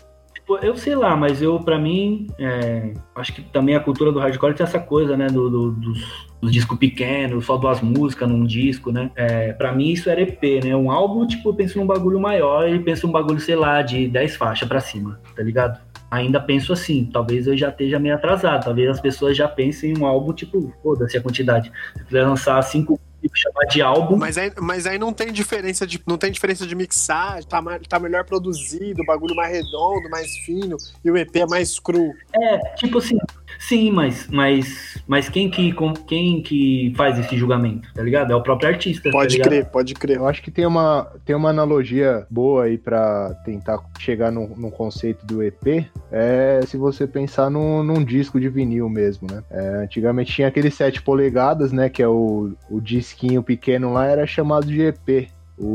Eu sei lá, mas pra mim, acho que também a cultura do hardcore tem essa coisa, né, dos discos pequenos, só 2 músicas num disco, né? Pra mim isso era EP, né? Um álbum, tipo, eu penso num bagulho maior e penso num bagulho, sei lá, de 10 faixas pra cima, tá ligado? Ainda penso assim, talvez eu já esteja meio atrasado, talvez as pessoas já pensem em um álbum, tipo, foda-se a quantidade. Se quiser lançar 5 chamar de álbum.
Mas aí não tem diferença de mixagem, tá melhor produzido, o bagulho mais redondo, mais fino, e o EP é mais cru.
Tipo assim, sim, mas quem que faz esse julgamento, tá ligado? É o próprio artista.
Pode crer.
Eu acho que tem uma analogia boa aí pra tentar chegar num conceito do EP, se você pensar num disco de vinil mesmo, né? Antigamente tinha aquele 7 polegadas, né, que é o disquinho pequeno lá, era chamado de EP.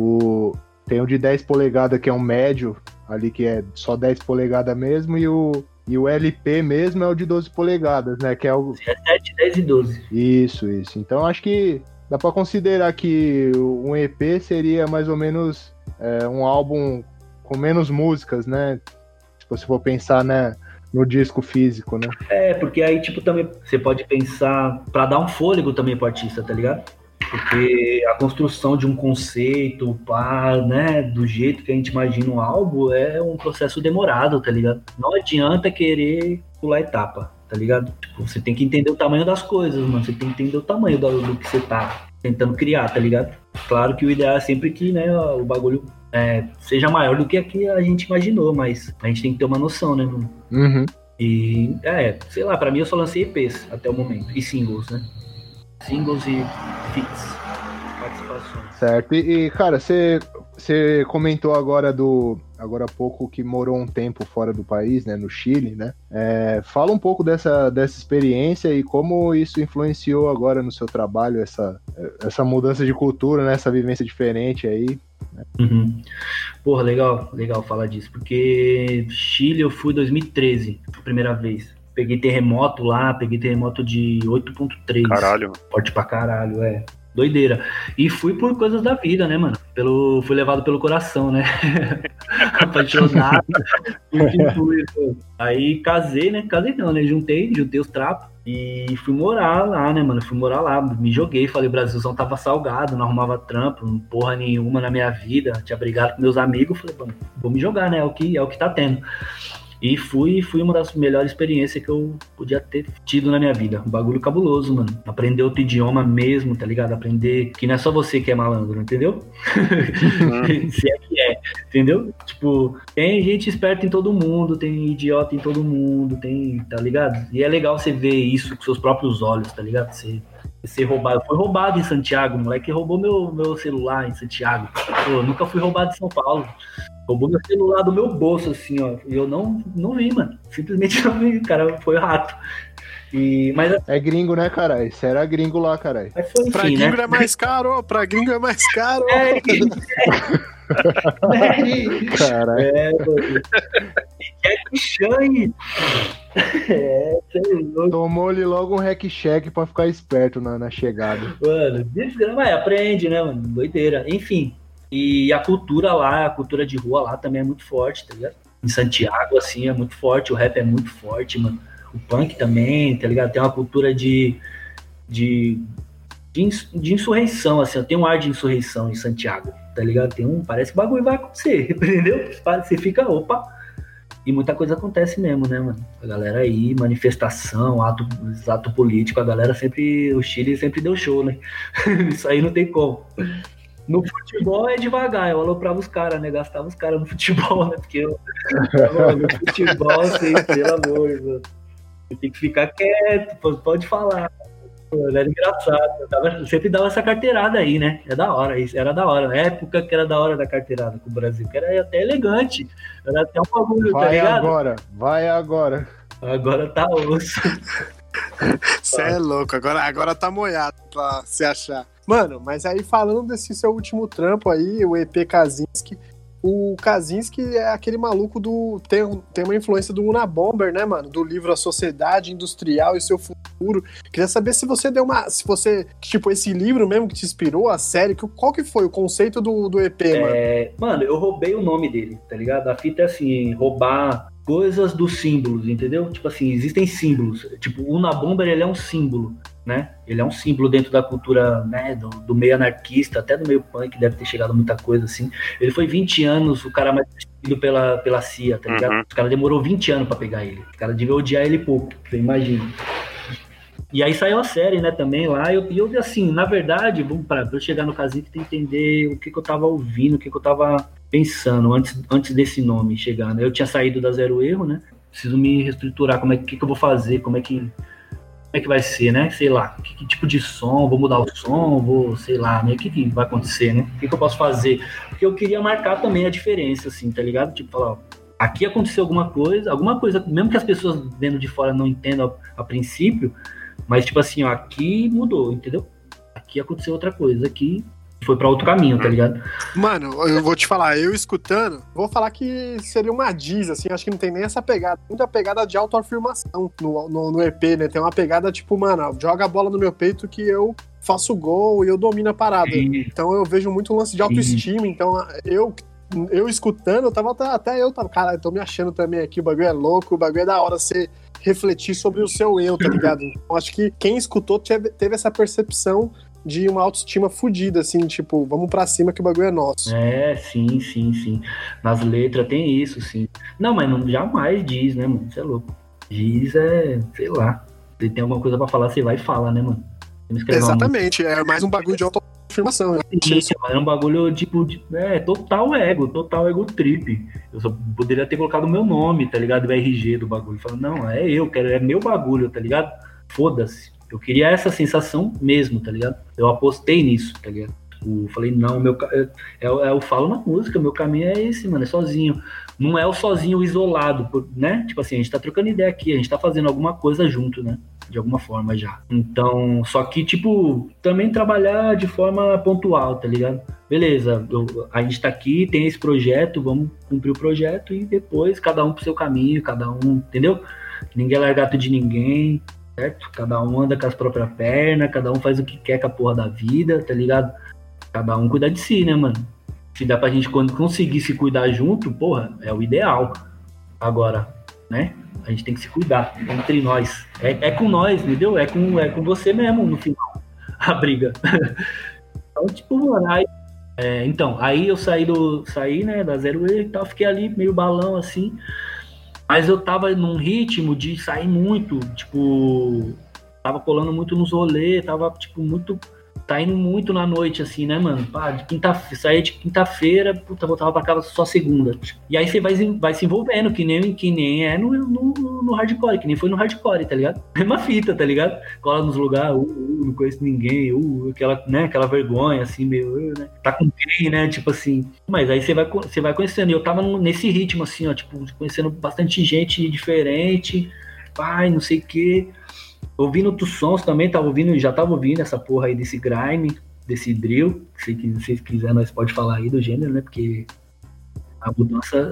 Tem o de 10 polegadas, que é um médio, ali que é só 10 polegadas mesmo, e o LP mesmo é o de 12 polegadas, né? Que é o...
7, 10 e 12.
Isso. Então acho que dá pra considerar que um EP seria mais ou menos um álbum com menos músicas, né? Se você for pensar, né, no disco físico, né?
Porque aí, tipo, também você pode pensar pra dar um fôlego também pro artista, tá ligado? Porque a construção de um conceito, né, do jeito que a gente imagina um álbum, é um processo demorado, tá ligado? Não adianta querer pular etapa, tá ligado? Tipo, você tem que entender o tamanho das coisas, mano. Você tem que entender o tamanho do que você tá tentando criar, tá ligado? Claro que o ideal é sempre que, né, o bagulho seja maior do que a gente imaginou, mas a gente tem que ter uma noção, né, mano?
Uhum.
E, sei lá, pra mim eu só lancei EPs até o momento, e singles, né? Singles e feats, participações.
Certo. E cara, você comentou agora há pouco que morou um tempo fora do país, né, no Chile, né? Fala um pouco dessa experiência e como isso influenciou agora no seu trabalho, essa mudança de cultura, né, essa vivência diferente aí. Né?
Uhum. Porra, legal falar disso, porque Chile eu fui em 2013, a primeira vez. Peguei terremoto lá, de 8.3.
Caralho.
Forte pra caralho, doideira. E fui por coisas da vida, né, mano? Fui levado pelo coração, né? Apaixonado. Aí casei, né? Casei não, né? Juntei os trapos e fui morar lá, né, mano? Me joguei, falei, o Brasilzão tava salgado, não arrumava trampo, porra nenhuma na minha vida. Tinha brigado com meus amigos, falei, vou me jogar, né? É o que tá tendo. E fui uma das melhores experiências que eu podia ter tido na minha vida. Um bagulho cabuloso, mano. Aprender outro idioma mesmo, tá ligado? Aprender que não é só você que é malandro, entendeu? Se é que é, entendeu? Tipo, tem gente esperta em todo mundo, tem idiota em todo mundo, tá ligado? E é legal você ver isso com seus próprios olhos, tá ligado? Ser roubado. Foi roubado em Santiago, o moleque roubou meu celular em Santiago. Eu nunca fui roubado em São Paulo. Roubou meu celular do meu bolso, assim, ó. E eu não vi, mano. Simplesmente não vi, cara. Foi rato. Mas,
é gringo, né, caralho? Você era gringo lá, caralho.
Pra gringo, né? É mais caro, pra gringo é mais caro.
Caralho.
Quer que chame?
Tomou-lhe logo um hack-check pra ficar esperto na chegada.
Mano, aprende, né, mano? Doideira. Enfim. E a cultura lá, a cultura de rua lá também é muito forte, tá ligado? Em Santiago, assim, é muito forte, o rap é muito forte, mano. O punk também, tá ligado? Tem uma cultura de insurreição, assim, tem um ar de insurreição em Santiago, tá ligado? Parece que o bagulho vai acontecer, entendeu? Você fica, opa! E muita coisa acontece mesmo, né, mano? A galera aí, manifestação, ato político, a galera o Chile sempre deu show, né? Isso aí não tem como. No futebol é devagar, eu aloprava os caras, né? Gastava os caras no futebol, né? Porque no futebol, assim, pelo amor, mano. Você tem que ficar quieto, pode falar. Era engraçado. Eu sempre dava essa carteirada aí, né? É da hora, isso era da hora. Na época que era da hora da carteirada com o Brasil, que era até elegante. Era até um bagulho, tá ligado?
Vai agora.
Agora tá osso.
Você é louco, agora tá moiado pra se achar. Mano, mas aí falando desse seu último trampo aí, o EP Kaczynski, o Kaczynski é aquele maluco tem uma influência do Unabomber, né, mano? Do livro A Sociedade Industrial e Seu Futuro. Queria saber se você tipo, esse livro mesmo que te inspirou, a série, qual que foi o conceito do EP, mano?
Mano, eu roubei o nome dele, tá ligado? A fita é assim, roubar coisas dos símbolos, entendeu? Tipo assim, existem símbolos. Tipo, o Unabomber, ele é um símbolo, né? Ele é um símbolo dentro da cultura, né, do meio anarquista, até do meio punk, deve ter chegado muita coisa assim. Ele foi 20 anos o cara mais perseguido pela CIA, tá ligado? Os caras demorou 20 anos pra pegar ele. Os caras deviam odiar ele pouco, você imagina. E aí saiu a série, né, também lá, e eu assim, na verdade, pra eu chegar no casinho, tem que entender o que eu tava ouvindo, o que eu tava pensando antes desse nome chegar, né? Eu tinha saído da Zero Erro, né? Preciso me reestruturar, que eu vou fazer, como é que vai ser, né? Sei lá, que tipo de som, vou mudar o som, sei lá, né? O que vai acontecer, né? O que eu posso fazer? Porque eu queria marcar também a diferença, assim, tá ligado? Tipo, falar, ó, aqui aconteceu alguma coisa, mesmo que as pessoas vendo de fora não entendam a princípio, mas tipo assim, ó, aqui mudou, entendeu? Aqui aconteceu outra coisa, aqui foi pra outro caminho, tá ligado?
Mano, eu vou te falar, eu escutando, vou falar que seria uma diz, assim, acho que não tem nem essa pegada, muita pegada de autoafirmação no EP, né? Tem uma pegada tipo, mano, joga a bola no meu peito que eu faço gol e eu domino a parada. Então eu vejo muito lance de autoestima, então eu escutando, cara, eu tô me achando também aqui, o bagulho é louco, o bagulho é da hora você refletir sobre o seu eu, tá ligado? Então, acho que quem escutou teve essa percepção de uma autoestima fodida, assim, tipo, vamos pra cima que o bagulho é nosso.
É, sim. Nas letras tem isso, sim. Não, mas não, jamais diz, né, mano? Você é louco. Diz sei lá. Se tem alguma coisa pra falar, você vai e fala, né, mano?
Exatamente, é mais um bagulho de autoafirmação.
É um bagulho, tipo, total ego trip. Eu só poderia ter colocado o meu nome, tá ligado? O RG do bagulho. Falando, não, é meu bagulho, tá ligado? Foda-se. Eu queria essa sensação mesmo, tá ligado? Eu apostei nisso, tá ligado? Eu falei, não, eu falo na música, meu caminho é esse, mano, é sozinho. Não é o sozinho isolado, né? Tipo assim, a gente tá trocando ideia aqui, a gente tá fazendo alguma coisa junto, né? De alguma forma já. Então, só que, tipo, também trabalhar de forma pontual, tá ligado? Beleza, a gente tá aqui, tem esse projeto, vamos cumprir o projeto e depois cada um pro seu caminho, cada um, entendeu? Ninguém é largado de ninguém, certo? Cada um anda com as próprias pernas, cada um faz o que quer com a porra da vida, tá ligado? Cada um cuida de si, né, mano? Se dá pra gente conseguir se cuidar junto, porra, é o ideal. Agora, né? A gente tem que se cuidar entre nós. É com nós, entendeu? É com você mesmo, no final, a briga. Então, tipo, mano, aí eu saí, né, da Zero E e tal, fiquei ali meio balão, assim. Mas eu tava num ritmo de sair muito, tipo, tava colando muito nos rolês, tava, tipo, tá indo muito na noite, assim, né, mano? Pá, saía de quinta-feira, puta, voltava pra casa só segunda. E aí você vai se envolvendo, que nem é no hardcore, que nem foi no hardcore, tá ligado? Mesma fita, tá ligado? Cola nos lugares, não conheço ninguém, aquela vergonha, assim, meio, né? Tá com quem, né? Tipo assim. Mas aí você vai conhecendo. E eu tava nesse ritmo, assim, ó, tipo, conhecendo bastante gente diferente, pai, não sei o quê. Ouvindo outros sons também, já tava ouvindo essa porra aí desse grime, desse drill. Se vocês quiserem, nós pode falar aí do gênero, né? Porque a mudança...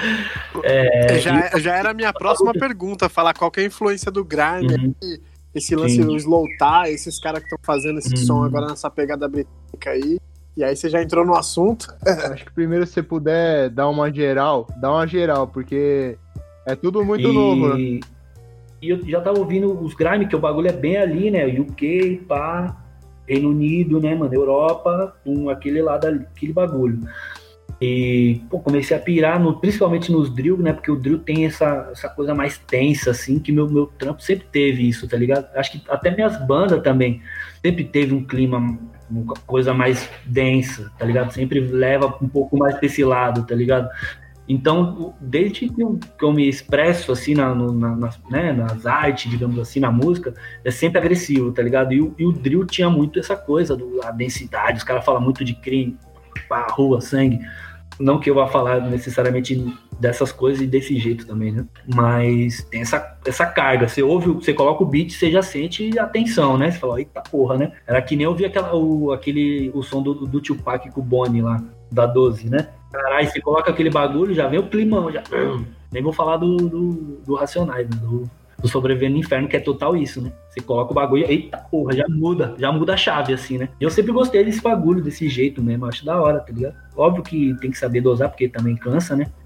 já era a minha próxima pergunta, falar qual que é a influência do grime, esse lance do slow tie, esses caras que estão fazendo esse som agora nessa pegada britânica aí. E aí você já entrou no assunto.
Acho que primeiro, se você puder dar uma geral, porque é tudo muito novo, né?
E eu já tava ouvindo os grime, que o bagulho é bem ali, né? UK, pá, Reino Unido, né, mano? Europa, com aquele bagulho. E, pô, comecei a pirar, principalmente nos drill, né? Porque o drill tem essa coisa mais tensa, assim, que meu trampo sempre teve isso, tá ligado? Acho que até minhas bandas também sempre teve um clima, uma coisa mais densa, tá ligado? Sempre leva um pouco mais pra esse lado, tá ligado? Então, desde que eu me expresso, assim, nas artes, digamos assim, na música, é sempre agressivo, tá ligado? E o drill tinha muito essa coisa, a densidade, os caras falam muito de crime, pá, rua, sangue. Não que eu vá falar necessariamente dessas coisas e desse jeito também, né? Mas tem essa carga. Você ouve, você coloca o beat, você já sente a tensão, né? Você fala, eita porra, né? Era que nem eu vi o som do Tupac com o Bonnie lá, da 12, né? Caralho, você coloca aquele bagulho, já vem o climão, já. Nem vou falar do Racionais, né? Do Sobrevivendo no Inferno, que é total isso, né? Você coloca o bagulho, eita porra, já muda a chave, assim, né? Eu sempre gostei desse bagulho, desse jeito mesmo, acho da hora, tá ligado? Óbvio que tem que saber dosar, porque também cansa, né?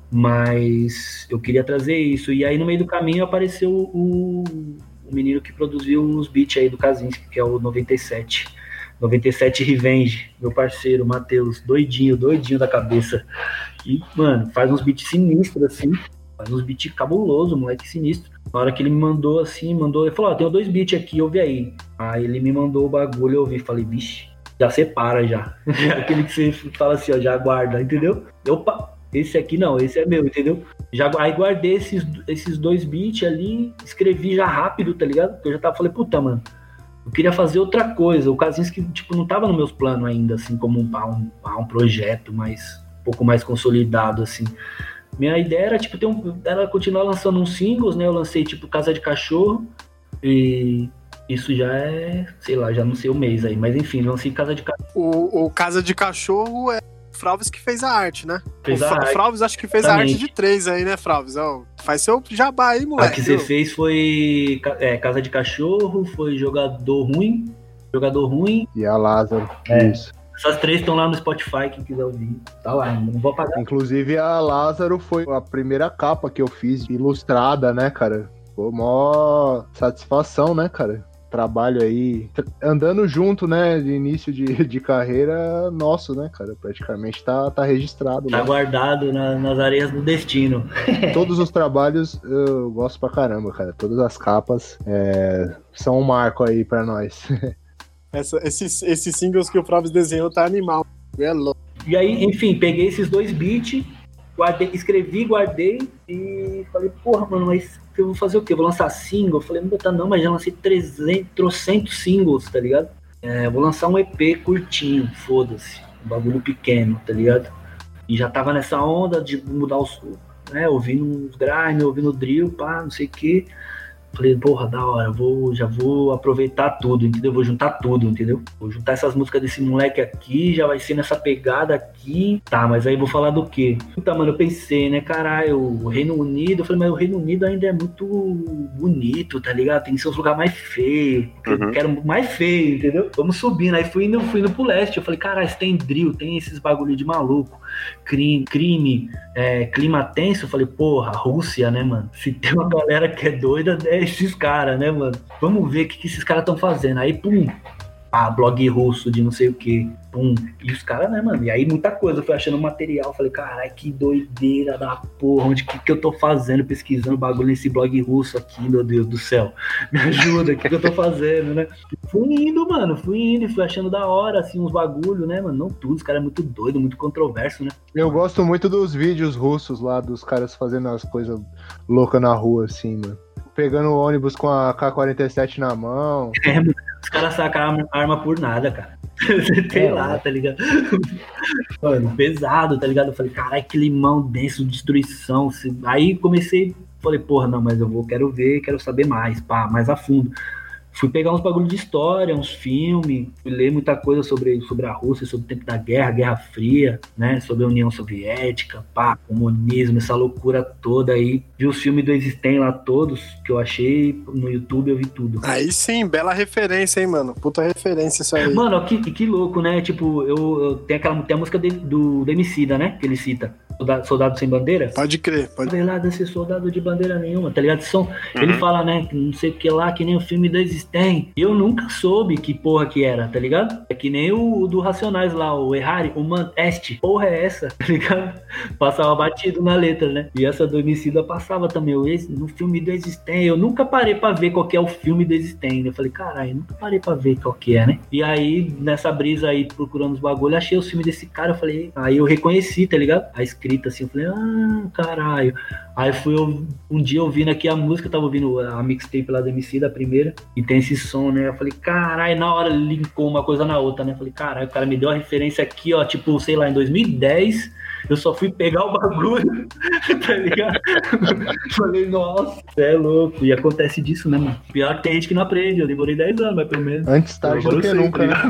Mas eu queria trazer isso. E aí no meio do caminho apareceu o menino que produziu os beats aí do Kazinski, que é o 97 Revenge, meu parceiro, Matheus, doidinho da cabeça. E, mano, faz uns beats sinistros, assim, faz uns beats cabuloso, moleque sinistro. Na hora que ele me mandou, assim, ele falou, tenho 2 beats aqui, ouve aí. Aí ele me mandou o bagulho, eu ouvi, falei, vixe, já separa já. Aquele que você fala assim, ó, já guarda, entendeu? Opa, esse aqui não, esse é meu, entendeu? Aí guardei esses 2 beats ali, escrevi já rápido, tá ligado? Porque eu já falei, puta, mano, eu queria fazer outra coisa. O Kazinski, tipo, não tava nos meus planos ainda, assim, como um projeto um pouco mais consolidado, assim. Minha ideia era, tipo, era continuar lançando uns singles, né? Eu lancei, tipo, Casa de Cachorro, e isso já é, sei lá, já não sei o mês aí, mas enfim, lancei Casa de Cachorro.
O Casa de Cachorro é o Fralves que fez a arte, né?
Fez a arte.
Fralves acho que fez a arte de 3 aí, né, Fralves? Faz seu jabá aí, moleque.
A que você fez foi Casa de Cachorro, foi Jogador Ruim.
E a Lázaro, isso.
Essas 3 estão lá no Spotify, quem quiser ouvir. Tá lá, não vou apagar.
Inclusive a Lázaro foi a primeira capa que eu fiz ilustrada, né, cara? Foi mó satisfação, né, cara? Trabalho aí, andando junto, né, de início de carreira nosso, né, cara? Praticamente tá registrado.
Tá guardado nas areias do destino.
Todos os trabalhos eu gosto pra caramba, cara. Todas as capas são um marco aí pra nós.
Esses singles que o Fralves desenhou tá animal. É louco.
E aí, enfim, peguei esses 2 beats, escrevi, guardei e falei, porra, mano, mas eu vou fazer o quê? Vou lançar single? Eu falei, não, mas já lancei 300 singles, tá ligado? Vou lançar um EP curtinho, foda-se, um bagulho pequeno, tá ligado? E já tava nessa onda de mudar ouvindo uns grime, ouvindo drill, pá, não sei o quê. Falei, porra, da hora, já vou aproveitar tudo, entendeu? Vou juntar tudo, entendeu? Vou juntar essas músicas desse moleque aqui, já vai ser nessa pegada aqui. Tá, mas aí vou falar do quê? Puta, mano, eu pensei, né, caralho, o Reino Unido, eu falei, mas o Reino Unido ainda é muito bonito, tá ligado? Tem seus lugares mais feios, eu quero mais feio, entendeu? Vamos subindo, aí fui indo pro leste, eu falei, caralho, tem drill, tem esses bagulho de maluco, crime, clima tenso, eu falei, porra, Rússia, né, mano? Se tem uma galera que é doida, esses caras, né, mano? Vamos ver o que esses caras estão fazendo. Aí, pum, blog russo de não sei o que, pum. E os caras, né, mano? E aí muita coisa, eu fui achando material, falei, caralho, que doideira da porra, onde que eu tô fazendo, pesquisando bagulho nesse blog russo aqui, meu Deus do céu. Me ajuda, o que eu tô fazendo, né? Fui indo, fui achando da hora, assim, uns bagulho, né, mano? Não tudo, os caras é muito doido, muito controverso, né?
Eu gosto muito dos vídeos russos lá, dos caras fazendo as coisas loucas na rua, assim, mano. Pegando o ônibus com a K-47 na mão.
Os caras sacam arma por nada, cara. Sei lá, tá ligado? Mano, pesado, tá ligado? Eu falei, caralho, que limão denso, destruição. Aí comecei, falei, porra, não, mas quero saber mais, mais a fundo. Fui pegar uns bagulho de história, uns filmes, fui ler muita coisa sobre a Rússia, sobre o tempo da Guerra Fria, né? Sobre a União Soviética, comunismo, essa loucura toda aí. Vi os filmes do Existem lá todos, que eu achei no YouTube, eu vi tudo.
Aí sim, bela referência, hein, mano? Puta referência isso aí.
Mano, que louco, né? Tipo, tem a música do Emicida, né? Que ele cita. Soldado Sem Bandeira?
Pode crer, pode.
Velado ser soldado de bandeira nenhuma, tá ligado? Ele fala, né? Não sei o que lá, que nem o filme do Existem. Eu nunca soube que porra que era, tá ligado? É que nem o do Racionais lá, o Errare, o Este. Porra é essa, tá ligado? Passava batido na letra, né? E essa do Emicida passava também. No filme do Existem. Eu nunca parei pra ver qual que é o filme do Existem. Eu falei, caralho, nunca parei pra ver qual que é, né? E aí, nessa brisa aí, procurando os bagulhos, achei o filme desse cara. Eu falei, aí eu reconheci, tá ligado? A escrita assim, eu falei, caralho. Aí um dia ouvindo aqui a música, eu tava ouvindo a mixtape lá do MC, da primeira, e tem esse som, né? Eu falei, caralho, na hora linkou uma coisa na outra, né? Eu falei, caralho, o cara me deu a referência aqui, ó, tipo, sei lá, em 2010, eu só fui pegar o bagulho, tá ligado? Falei, nossa, é louco. E acontece disso, né, mano? Pior que tem gente que não aprende, eu demorei 10 anos, mas pelo menos.
Antes tarde do que nunca, né?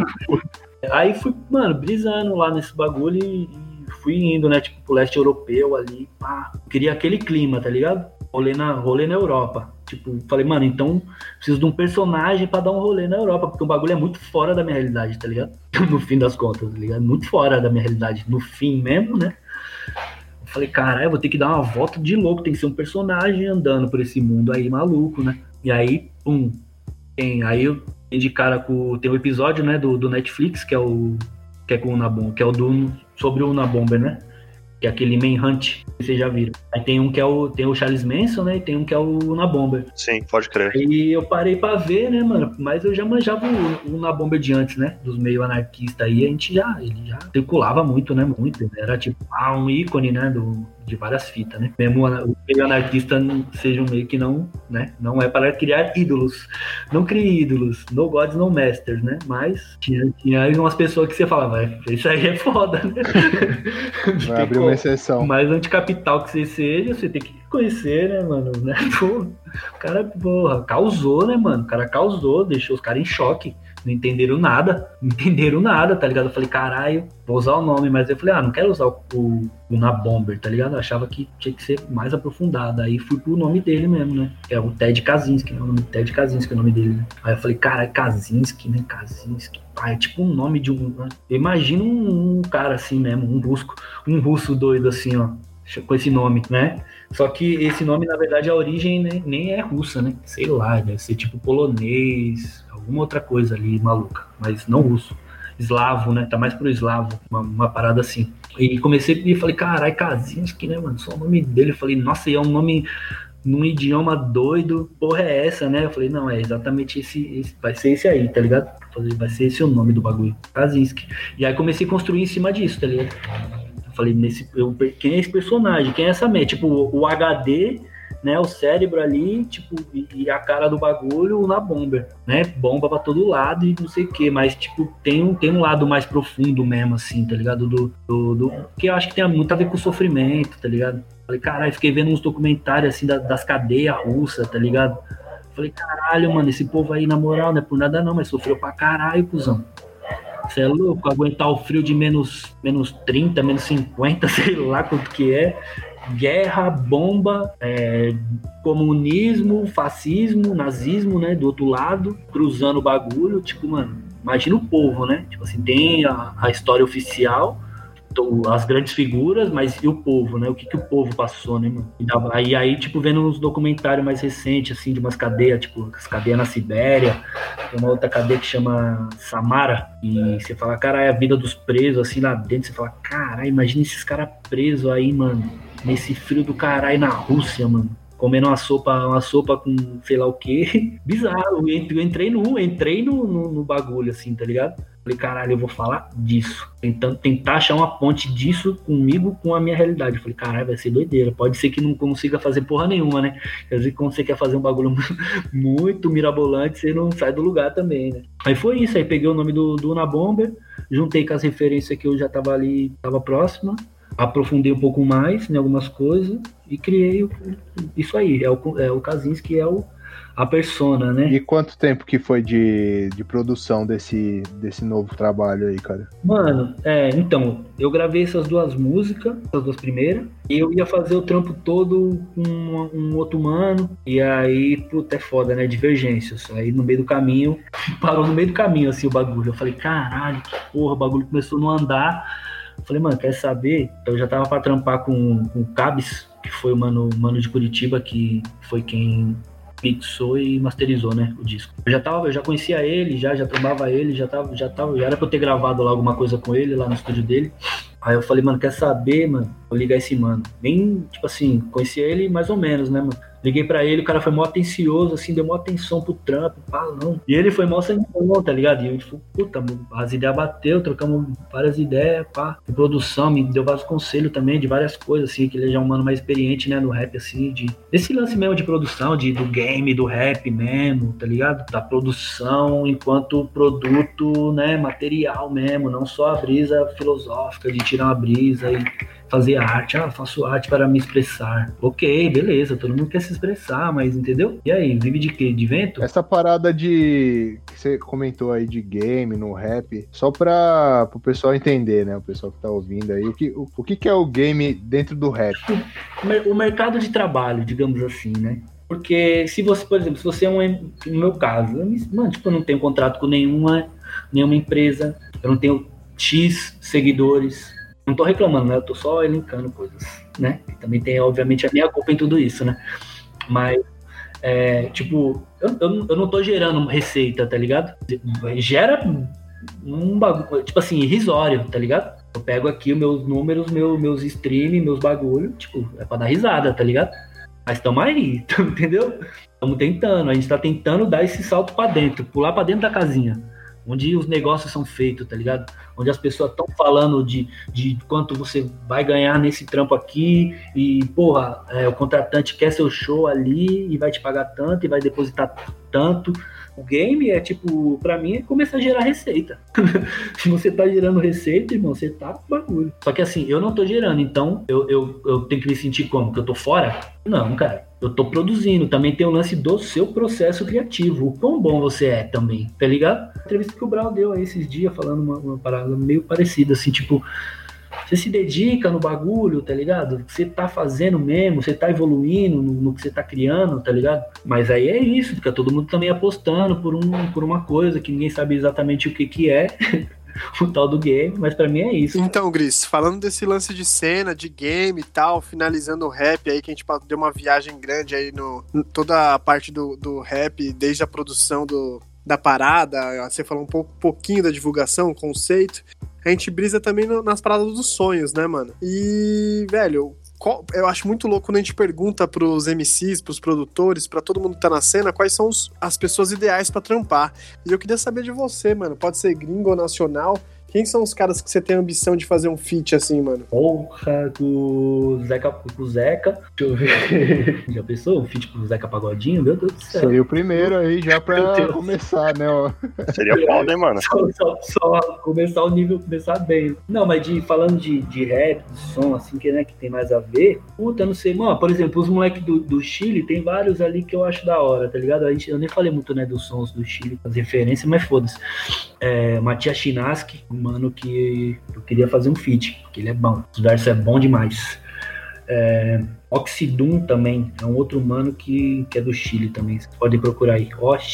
Aí fui, mano, brisando lá nesse bagulho e fui indo, né, tipo, pro leste europeu ali, queria aquele clima, tá ligado? Rolê na Europa. Tipo, falei, mano, então preciso de um personagem pra dar um rolê na Europa, porque o bagulho é muito fora da minha realidade, tá ligado? No fim das contas, tá ligado? Muito fora da minha realidade. No fim mesmo, né? Falei, caralho, eu vou ter que dar uma volta de louco, tem que ser um personagem andando por esse mundo aí, maluco, né? E aí, pum, aí eu dei de cara com... Tem um episódio, né, do Netflix, que é com o Unabomber, que é sobre o Unabomber, né? Que é aquele Manhunt, que vocês já viram. Aí tem um que tem o Charles Manson, né? E tem um que é o Unabomber.
Sim, pode crer.
E eu parei pra ver, né, mano? Mas eu já manjava o Unabomber de antes, né? Dos meio anarquistas aí, ele já circulava muito, né? Muito. Era tipo um ícone, né? De várias fitas, né? Mesmo o meio anarquista seja um meio que não, né? Não é para criar ídolos. Não crie ídolos. No gods, no masters, né? Mas tinha aí umas pessoas que você falava, isso aí é foda, né?
Vai abrir uma exceção.
Mais anticapital que você seja, você tem que conhecer, né, mano? Né? Pô, o cara, porra, causou, né, mano? O cara causou, deixou os caras em choque. Não entenderam nada, tá ligado? Eu falei, caralho, vou usar o nome, mas eu falei, não quero usar o Unabomber, tá ligado? Eu achava que tinha que ser mais aprofundado. Aí fui pro nome dele mesmo, né? É o Ted Kaczynski, né? Ted Kaczynski é o nome dele, né? Aí eu falei, caralho, Kaczynski, né? Kaczynski. É tipo um nome de um... Imagina um cara assim mesmo, um russo doido assim, ó, com esse nome, né? Só que esse nome, na verdade, a origem, né, nem é russa, né? Sei lá, deve ser tipo polonês, alguma outra coisa ali maluca, mas não russo. Eslavo, né? Tá mais pro eslavo, uma parada assim. E comecei e falei, caralho, Kaczynski, né, mano? Só o nome dele. Eu falei, nossa, e é um nome num idioma doido, porra é essa, né? Eu falei, não, é exatamente esse vai ser esse aí, tá ligado? Vai ser esse o nome do bagulho, Kaczynski. E aí comecei a construir em cima disso, tá ligado? Eu falei, quem é esse personagem? Quem é essa mente? Tipo, o HD, né? O cérebro ali, tipo, e a cara do bagulho na bomba, né? Bomba pra todo lado e não sei o que, mas, tipo, tem um lado mais profundo mesmo, assim, tá ligado? Que eu acho que tem muito a ver com o sofrimento, tá ligado? Falei, caralho, fiquei vendo uns documentários, assim, das cadeias russas, tá ligado? Falei, caralho, mano, esse povo aí, na moral, não é por nada não, mas sofreu pra caralho, cuzão. Você é louco? Aguentar o frio de menos 30, menos 50, sei lá quanto que é. Guerra, bomba, comunismo, fascismo, nazismo, né? Do outro lado, cruzando o bagulho. Tipo, mano, imagina o povo, né? Tipo assim, tem a história oficial, as grandes figuras, mas e o povo, né? O que o povo passou, né, mano? E aí, tipo, vendo uns documentários mais recentes, assim, de umas cadeias, tipo, as cadeias na Sibéria, tem uma outra cadeia que chama Samara, e você fala, cara, é a vida dos presos, assim, lá dentro, você fala, caralho, imagina esses caras presos aí, mano, nesse frio do caralho na Rússia, mano. Comendo uma sopa com sei lá o que. Bizarro. Eu entrei no bagulho, assim, tá ligado? Falei, caralho, eu vou falar disso. Tentando tentar achar uma ponte disso comigo, com a minha realidade. Eu falei, caralho, vai ser doideira. Pode ser que não consiga fazer porra nenhuma, né? Quer dizer, quando você quer fazer um bagulho muito mirabolante, você não sai do lugar também, né? Aí foi isso. Aí peguei o nome do Unabomber, juntei com as referências que eu já tava ali, tava próxima. Aprofundei um pouco mais em algumas coisas e criei isso aí. É o Kaczynski, a persona, né?
E quanto tempo que foi de produção desse novo trabalho aí, cara?
Mano, então, eu gravei essas duas músicas, essas duas primeiras, e eu ia fazer o trampo todo com um outro mano, e aí, puta, é foda, né? Divergências. Aí no meio do caminho, parou no meio do caminho, assim, o bagulho. Eu falei, caralho, que porra, o bagulho começou a não andar. Falei, mano, quer saber? Eu já tava pra trampar com o Cabs, que foi o mano de Curitiba, que foi quem mixou e masterizou, né, o disco. Eu já conhecia ele, já trampava ele, já era pra eu ter gravado lá alguma coisa com ele, lá no estúdio dele. Aí eu falei, mano, quer saber, mano? Vou ligar esse mano. Bem, tipo assim, conhecia ele mais ou menos, né, mano? Liguei pra ele, o cara foi mó atencioso, assim, deu mó atenção pro trampo, pá, não. E ele foi mó sangue bom, tá ligado? E eu, tipo, puta, as ideias bateu, trocamos várias ideias, pá. De produção, me deu vários conselhos também, de várias coisas, assim, que ele já é um mano mais experiente, né, no rap, assim, desse lance mesmo de produção, do game, do rap mesmo, tá ligado? Da produção enquanto produto, né, material mesmo, não só a brisa filosófica de tirar uma brisa e fazer arte. Faço arte para me expressar. Ok, beleza, todo mundo quer se expressar, mas entendeu? E aí, vive de quê? De vento?
Essa parada que você comentou aí de game no rap, só para o pessoal entender, né? O pessoal que tá ouvindo aí, o que é o game dentro do rap?
O mercado de trabalho, digamos assim, né? Porque se você, por exemplo, se você é no meu caso, mano, tipo, eu não tenho contrato com nenhuma empresa, eu não tenho X seguidores, Não tô reclamando, né? Eu tô só elencando coisas, né? E também tem, obviamente, a minha culpa em tudo isso, né? Mas, tipo, eu não tô gerando receita, tá ligado? Gera um bagulho, tipo assim, irrisório, tá ligado? Eu pego aqui os meus números, meus streams, meus bagulho, tipo, é pra dar risada, tá ligado? Mas tamo aí, entendeu? Estamos tentando, a gente tá tentando dar esse salto pra dentro, pular pra dentro da casinha, onde os negócios são feitos, tá ligado? Onde as pessoas estão falando de quanto você vai ganhar nesse trampo aqui, e, porra, o contratante quer seu show ali, e vai te pagar tanto, e vai depositar tanto. O game é, tipo, pra mim, é começar a gerar receita. Se você tá gerando receita, irmão, você tá com bagulho. Só que assim, eu não tô gerando, então eu tenho que me sentir como? Que eu tô fora? Não, cara. Eu tô produzindo. Também tem o lance do seu processo criativo. O quão bom você é também, tá ligado? A entrevista que o Brau deu aí esses dias, falando uma parada meio parecida, assim, tipo... Você se dedica no bagulho, tá ligado? Você tá fazendo mesmo, você tá evoluindo no que você tá criando, tá ligado? Mas aí é isso, fica todo mundo também apostando por uma coisa que ninguém sabe exatamente o que é, o tal do game, mas pra mim é isso.
Então, Gris, falando desse lance de cena, de game e tal, finalizando o rap aí, que a gente deu uma viagem grande aí toda a parte do rap, desde a produção da parada, você falou um pouquinho da divulgação, conceito. A gente brisa também nas paradas dos sonhos, né, mano? E, velho, eu acho muito louco quando a gente pergunta pros MCs, pros produtores, pra todo mundo que tá na cena, quais são as pessoas ideais pra trampar. E eu queria saber de você, mano. Pode ser gringo ou nacional. Quem são os caras que você tem a ambição de fazer um feat assim, mano?
Porra, com o Zeca. Deixa eu ver. Já pensou? Um feat com o Zeca Pagodinho? Meu Deus do céu.
Seria o primeiro aí, já pra começar, né? Ó.
Seria foda, hein, mano?
Só começar o nível, começar bem. Não, mas falando de rap, de som, assim, que tem mais a ver. Puta, eu não sei. Mano, por exemplo, os moleques do Chile, tem vários ali que eu acho da hora, tá ligado? Eu nem falei muito, né, dos sons do Chile, as referências, mas foda-se. Matias Chinaski, mano que eu queria fazer um feat, porque ele é bom, os versos é bom demais. Oxidum também, é um outro mano que é do Chile também, vocês podem procurar aí,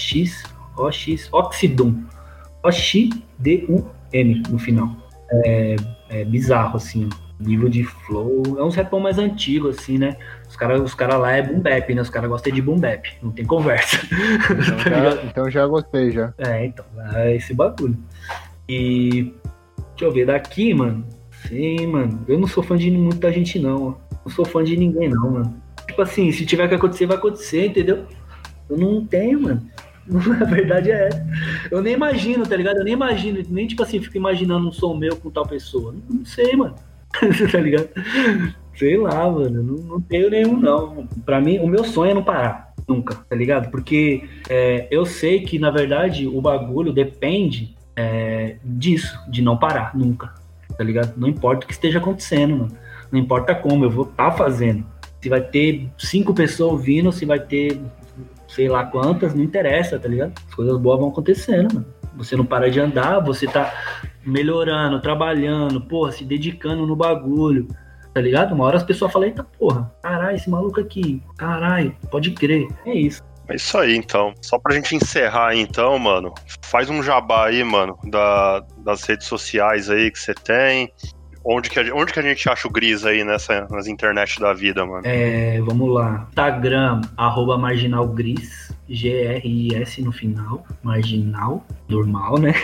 Oxidum, O-X-D-U-M no final. É bizarro, assim, nível de flow, é uns rapão mais antigo, assim, né? Os cara lá é boom bap, né? Os caras gostam de boom bap, não tem conversa.
Então já gostei, já.
Então, é esse bagulho. E deixa eu ver, daqui, mano. Sim, mano. Eu não sou fã de muita gente, não. Não sou fã de ninguém, não, mano. Tipo assim, se tiver que acontecer, vai acontecer, entendeu? Eu não tenho, mano. A verdade é essa. Eu nem imagino, tá ligado? Eu nem imagino, nem tipo assim, fico imaginando um som meu com tal pessoa. Não sei, mano. Tá ligado? Sei lá, mano. Não tenho nenhum, não. Pra mim, o meu sonho é não parar. Nunca, tá ligado? Porque eu sei que, na verdade, o bagulho depende disso, de não parar, nunca, tá ligado? Não importa o que esteja acontecendo, mano. Não importa como, eu vou estar fazendo. Se vai ter 5 pessoas ouvindo, se vai ter sei lá quantas, não interessa, tá ligado? As coisas boas vão acontecendo, mano. Você não para de andar, você tá melhorando, trabalhando, porra, se dedicando no bagulho, tá ligado? Uma hora as pessoas falam, eita porra, caralho, esse maluco aqui, caralho, pode crer, é isso.
É isso aí, então. Só pra gente encerrar aí, então, mano, faz um jabá aí, mano, das redes sociais aí que você tem. Onde que a gente acha o Gris aí nas internet da vida, mano?
Vamos lá. Instagram, @marginalgris, Gris no final. Marginal, normal, né?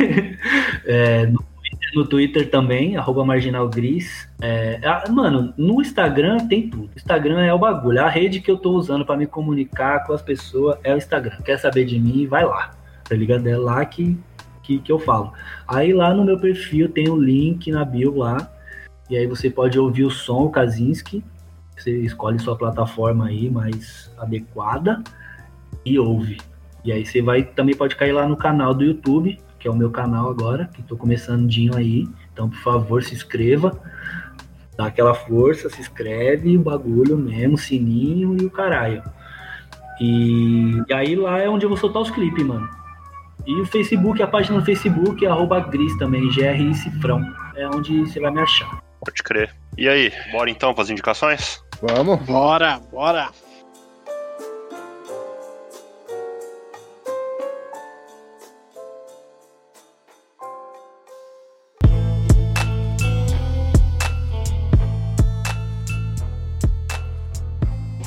No Twitter também, @marginalgris. Mano, no Instagram tem tudo. O Instagram é o bagulho. A rede que eu tô usando pra me comunicar com as pessoas é o Instagram. Quer saber de mim? Vai lá. Tá ligado? É lá que eu falo. Aí lá no meu perfil tem o link na bio lá. E aí você pode ouvir o som, o Kaczynski. Você escolhe sua plataforma aí mais adequada e ouve. E aí você também pode cair lá no canal do YouTube, que é o meu canal agora, que tô começando aí. Então, por favor, se inscreva. Dá aquela força, se inscreve, o bagulho mesmo, sininho e o caralho. E aí lá é onde eu vou soltar os clipes, mano. E o Facebook, a página do Facebook é @gris também, GRI Cifrão. É onde você vai me achar.
Pode crer. E aí, bora então para as indicações?
Vamos?
Bora!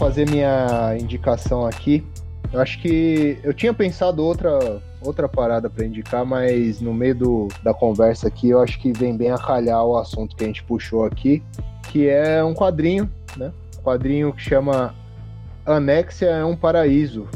fazer minha indicação aqui. Eu acho que eu tinha pensado outra parada pra indicar, mas no meio da conversa aqui, eu acho que vem bem a calhar o assunto que a gente puxou aqui, que é um quadrinho, né? Um quadrinho que chama Anexia é um Paraíso.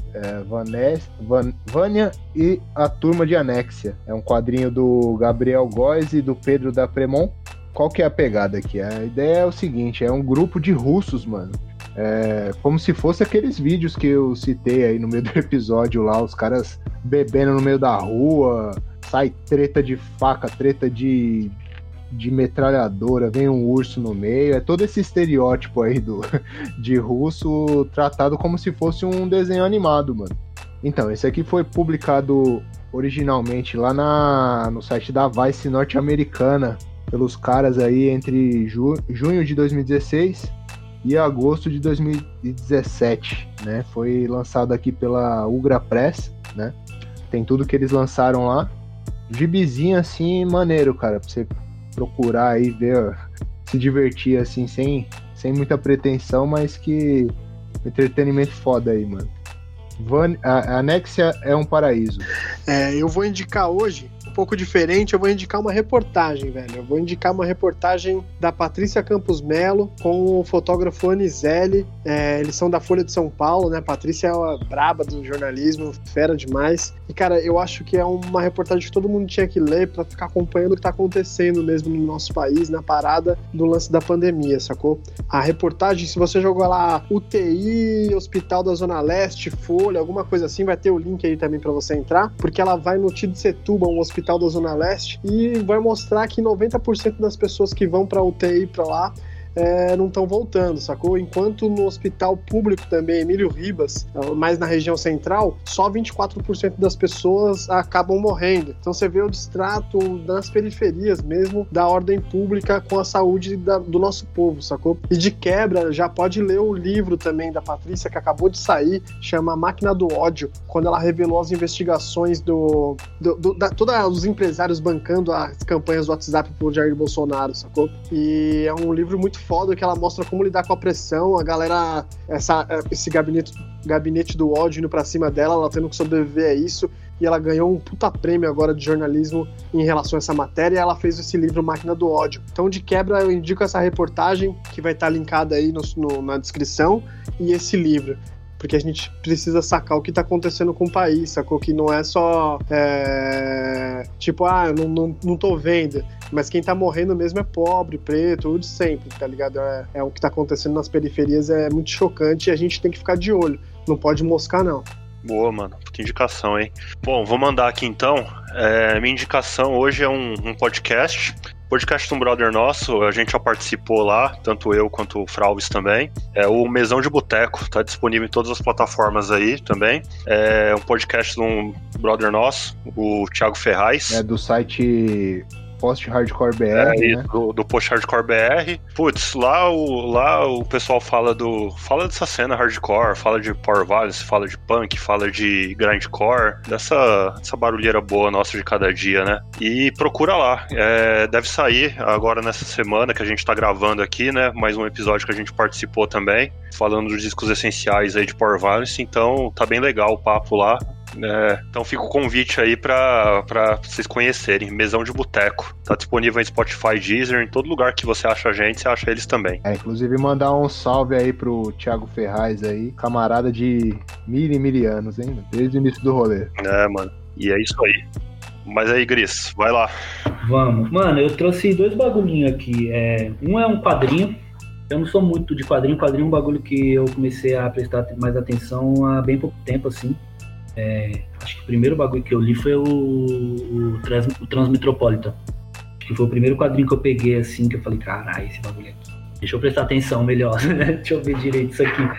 Vânia e a Turma de Anexia. É um quadrinho do Gabriel Góes e do Pedro da Premon. Qual que é a pegada aqui? A ideia é o seguinte, é um grupo de russos, mano. Como se fosse aqueles vídeos que eu citei aí no meio do episódio lá, os caras bebendo no meio da rua, sai treta de faca, treta de metralhadora, vem um urso no meio, é todo esse estereótipo aí de russo tratado como se fosse um desenho animado, mano. Então, esse aqui foi publicado originalmente lá no site da Vice norte-americana, pelos caras aí entre junho de 2016 e agosto de 2017, né? Foi lançado aqui pela Ugra Press, né? Tem tudo que eles lançaram lá. Gibizinho assim, maneiro, cara, pra você procurar aí, ver, se divertir assim, sem muita pretensão, mas que entretenimento foda aí, mano. A Anexia é um Paraíso.
Eu vou indicar hoje um pouco diferente, eu vou indicar uma reportagem, velho. Eu vou indicar uma reportagem da Patrícia Campos Melo com o fotógrafo Anizelli. Eles são da Folha de São Paulo, né? A Patrícia é uma braba do jornalismo, fera demais. E, cara, eu acho que é uma reportagem que todo mundo tinha que ler pra ficar acompanhando o que tá acontecendo mesmo no nosso país, na parada do lance da pandemia, sacou? A reportagem, se você jogar lá UTI, Hospital da Zona Leste, Folha, alguma coisa assim, vai ter o link aí também pra você entrar, porque ela vai no Tidsetuba, um hospital da Zona Leste, e vai mostrar que 90% das pessoas que vão pra UTI pra lá não estão voltando, sacou? Enquanto no hospital público também, Emílio Ribas, mais na região central, só 24% das pessoas acabam morrendo. Então você vê o distrato nas periferias mesmo da ordem pública com a saúde do nosso povo, sacou? E de quebra, já pode ler o livro também da Patrícia, que acabou de sair, chama Máquina do Ódio, quando ela revelou as investigações todos os empresários bancando as campanhas do WhatsApp pro Jair Bolsonaro, sacou? E é um livro muito foda, que ela mostra como lidar com a pressão, a galera, esse gabinete do ódio indo pra cima dela, ela tendo que sobreviver a isso, e ela ganhou um puta prêmio agora de jornalismo em relação a essa matéria, e ela fez esse livro Máquina do Ódio. Então, de quebra, eu indico essa reportagem, que vai estar linkada aí na descrição, e esse livro. Porque a gente precisa sacar o que tá acontecendo com o país, sacou? Que não é só não tô vendo, mas quem tá morrendo mesmo é pobre, preto, tudo de sempre, tá ligado? O que tá acontecendo nas periferias é muito chocante e a gente tem que ficar de olho, não pode moscar não.
Boa, mano. Que indicação, hein? Bom, vou mandar aqui então. Minha indicação hoje é um podcast de um brother nosso, a gente já participou lá, tanto eu quanto o Fralves também. É o Mesão de Boteco, tá disponível em todas as plataformas aí também. É um podcast de um brother nosso, o Thiago Ferraz.
É do site Post Hardcore BR, né?
do Post Hardcore BR. Putz, lá o pessoal fala dessa cena hardcore, fala de Power Violence, fala de punk, fala de grindcore, dessa barulheira boa nossa de cada dia, né? E procura lá. Deve sair agora nessa semana que a gente tá gravando aqui, né? Mais um episódio que a gente participou também, falando dos discos essenciais aí de Power Violence, então tá bem legal o papo lá. Então fica o convite aí pra vocês conhecerem, Mesão de Boteco. Tá disponível em Spotify, Deezer, em todo lugar que você acha a gente, você acha eles também.
Inclusive mandar um salve aí pro Thiago Ferraz aí, camarada de mil anos, hein? Desde o início do rolê.
Mano, e é isso aí. Mas aí, Gris, vai lá.
Vamos. Mano, eu trouxe 2 bagulhinhos aqui. Um é um quadrinho. Eu não sou muito de quadrinho. Quadrinho é um bagulho que eu comecei a prestar mais atenção há bem pouco tempo, assim. Acho que o primeiro bagulho que eu li foi o Transmetropolitan. Acho que foi o primeiro quadrinho que eu peguei, assim, que eu falei, caralho, esse bagulho aqui. Deixa eu prestar atenção melhor, né? Deixa eu ver direito isso aqui.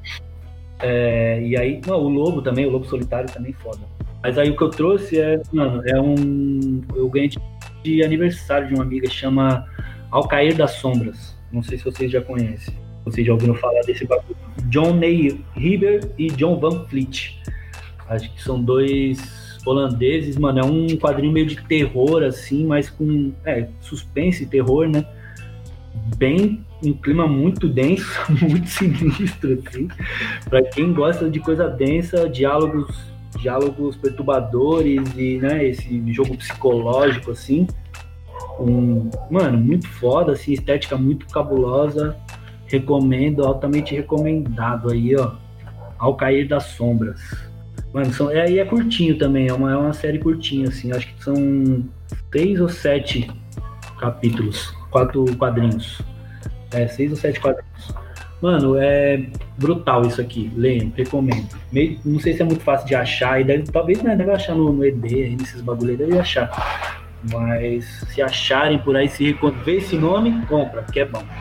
E aí, o Lobo também, o Lobo Solitário também foda. Mas aí o que eu trouxe eu ganhei de aniversário de uma amiga, chama Ao Cair das Sombras. Não sei se vocês já conhecem. Vocês já ouviram falar desse bagulho. John Ney Rieber e John Van Fleet. Acho que são 2 holandeses, mano. É um quadrinho meio de terror, assim, mas com suspense e terror, né? Bem um clima muito denso, muito sinistro, assim. Pra quem gosta de coisa densa, diálogos perturbadores e, né, esse jogo psicológico, assim. Mano, muito foda, assim, estética muito cabulosa. Recomendo, altamente recomendado aí, ó. Ao Cair das Sombras. Mano, aí é curtinho também, é uma série curtinha, assim. Acho que são 6 ou 7 capítulos, 4 quadrinhos. 6 ou 7 quadrinhos. Mano, é brutal isso aqui. Leiam, recomendo. Não sei se é muito fácil de achar, e talvez deve achar no EB, aí nesses bagulho aí, deve achar. Mas se acharem por aí, se vê esse nome, compra, que é bom.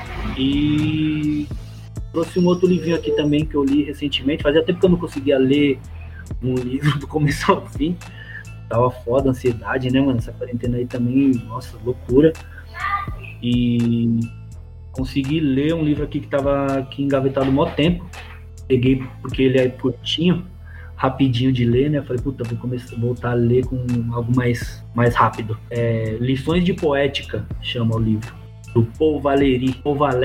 E trouxe um outro livrinho aqui também que eu li recentemente. Fazia tempo que eu não conseguia ler um livro do começo ao fim. Tava foda, ansiedade, né, mano? Essa quarentena aí também, nossa, loucura. E consegui ler um livro aqui que tava aqui engavetado há maior tempo. Peguei porque ele é curtinho, rapidinho de ler, né? Falei, puta, vou começar a voltar a ler com algo mais rápido. Lições de Poética, chama o livro. Do Paul Valéry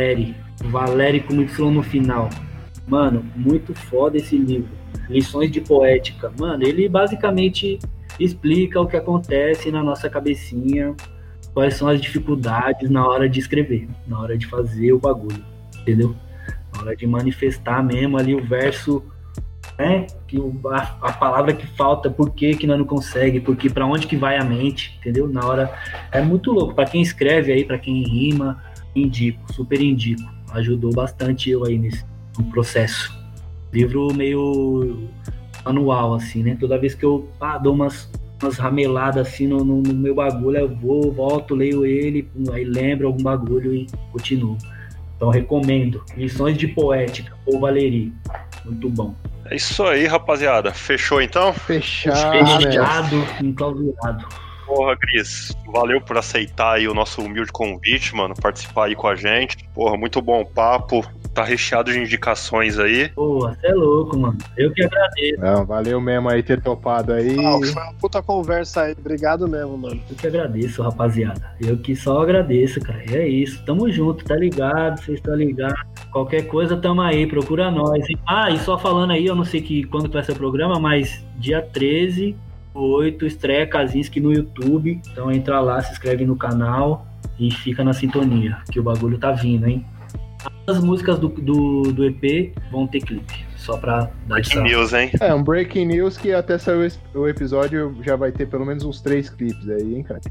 com Y no final. Mano, muito foda esse livro. Lições de Poética. Mano, ele basicamente explica o que acontece na nossa cabecinha, quais são as dificuldades na hora de escrever, na hora de fazer o bagulho, entendeu? Na hora de manifestar mesmo ali o verso, né? A palavra que falta, por que nós não consegue, porque pra onde que vai a mente, entendeu? Na hora, é muito louco. Pra quem escreve aí, pra quem rima, super indico. Ajudou bastante eu aí no processo. Livro meio manual, assim, né? Toda vez que eu dou umas rameladas assim no meu bagulho, eu volto, leio ele, aí lembro algum bagulho e continuo. Então recomendo. Lições de Poética, Paul Valéry. Muito bom.
É isso aí, rapaziada. Fechou então?
Fechado,
enclausurado.
Porra, Gris, valeu por aceitar aí o nosso humilde convite, mano, participar aí com a gente. Porra, muito bom o papo, tá recheado de indicações aí.
Porra, você é louco, mano. Eu que agradeço.
Não, valeu mesmo aí ter topado aí.
Foi uma puta conversa aí, obrigado mesmo, mano.
Eu que agradeço, rapaziada. Eu que só agradeço, cara. E é isso, tamo junto, tá ligado? Vocês estão ligados. Qualquer coisa, tamo aí, procura nós. E só falando aí, eu não sei quando vai ser o programa, mas dia 13/8, estreia Kaczynski no YouTube. Então entra lá, se inscreve no canal e fica na sintonia, que o bagulho tá vindo, hein? As músicas do EP vão ter clipe, só pra dar
breaking news, hein?
Um breaking news que até sair o episódio já vai ter pelo menos uns 3 clipes aí, hein, cara?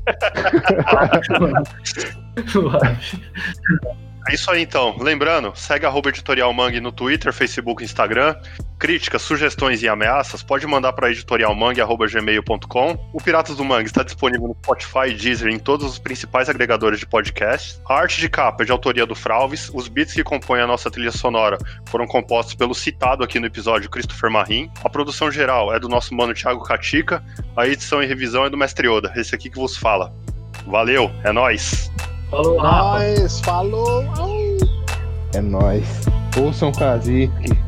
É isso aí, então. Lembrando, segue @editorialmangue no Twitter, Facebook e Instagram. Críticas, sugestões e ameaças, pode mandar para editorialmangue@gmail.com. O Piratas do Mangue está disponível no Spotify e Deezer em todos os principais agregadores de podcasts. A arte de capa é de autoria do Fralves. Os beats que compõem a nossa trilha sonora foram compostos pelo citado aqui no episódio Christopher Marim. A produção geral é do nosso mano Thiago Catica. A edição e revisão é do Mestre Oda, esse aqui que vos fala. Valeu, é nóis!
Falou, Rafa.
Falou!
É nóis. Ouçam Kaczynski.